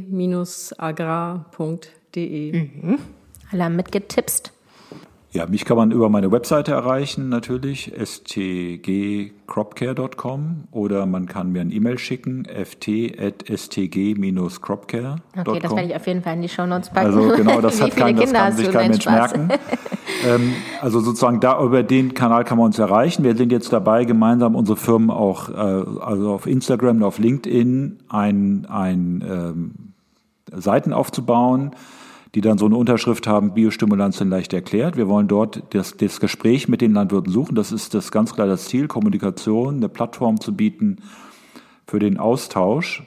agrar punkt de. Mhm. Alle haben mitgetipst. Ja, mich kann man über meine Webseite erreichen, natürlich, s t g cropcare punkt com, oder man kann mir ein E-Mail schicken, f t at s t g dash cropcare punkt com. Okay, das werde ich auf jeden Fall in die Shownotes packen. Also genau, das, hat kein, das kann sich kein Mensch merken. ähm, also sozusagen da über den Kanal kann man uns erreichen. Wir sind jetzt dabei, gemeinsam unsere Firmen auch, äh, also auf Instagram und auf LinkedIn, ein, ein ähm, Seiten aufzubauen, die dann so eine Unterschrift haben, Biostimulanzien leicht erklärt. Wir wollen dort das, das Gespräch mit den Landwirten suchen. Das ist das ganz klar das Ziel, Kommunikation, eine Plattform zu bieten für den Austausch.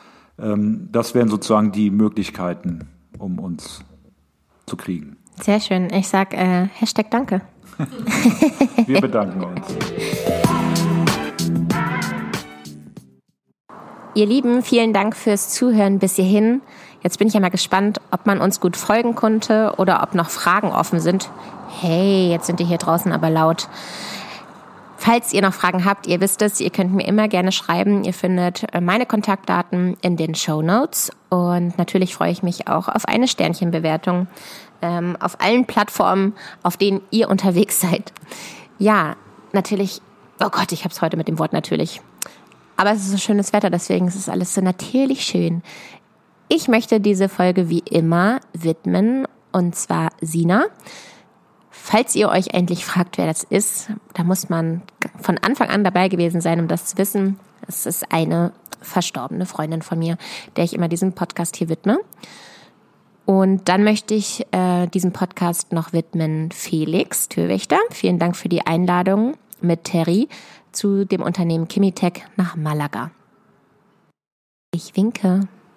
Das wären sozusagen die Möglichkeiten, um uns zu kriegen. Sehr schön. Ich sage äh, Hashtag Danke. Wir bedanken uns. Ihr Lieben, vielen Dank fürs Zuhören bis hierhin. Jetzt bin ich ja mal gespannt, ob man uns gut folgen konnte oder ob noch Fragen offen sind. Hey, jetzt sind die hier draußen aber laut. Falls ihr noch Fragen habt, ihr wisst es, ihr könnt mir immer gerne schreiben. Ihr findet meine Kontaktdaten in den Shownotes. Und natürlich freue ich mich auch auf eine Sternchenbewertung ähm, auf allen Plattformen, auf denen ihr unterwegs seid. Ja, natürlich, oh Gott, ich habe es heute mit dem Wort natürlich. Aber es ist so schönes Wetter, deswegen ist es alles so natürlich schön. Ich möchte diese Folge wie immer widmen, und zwar Sina. Falls ihr euch endlich fragt, wer das ist, da muss man von Anfang an dabei gewesen sein, um das zu wissen. Es ist eine verstorbene Freundin von mir, der ich immer diesen Podcast hier widme. Und dann möchte ich äh, diesen Podcast noch widmen Felix Türwächter. Vielen Dank für die Einladung mit Terry zu dem Unternehmen Chemitec nach Malaga. Ich winke.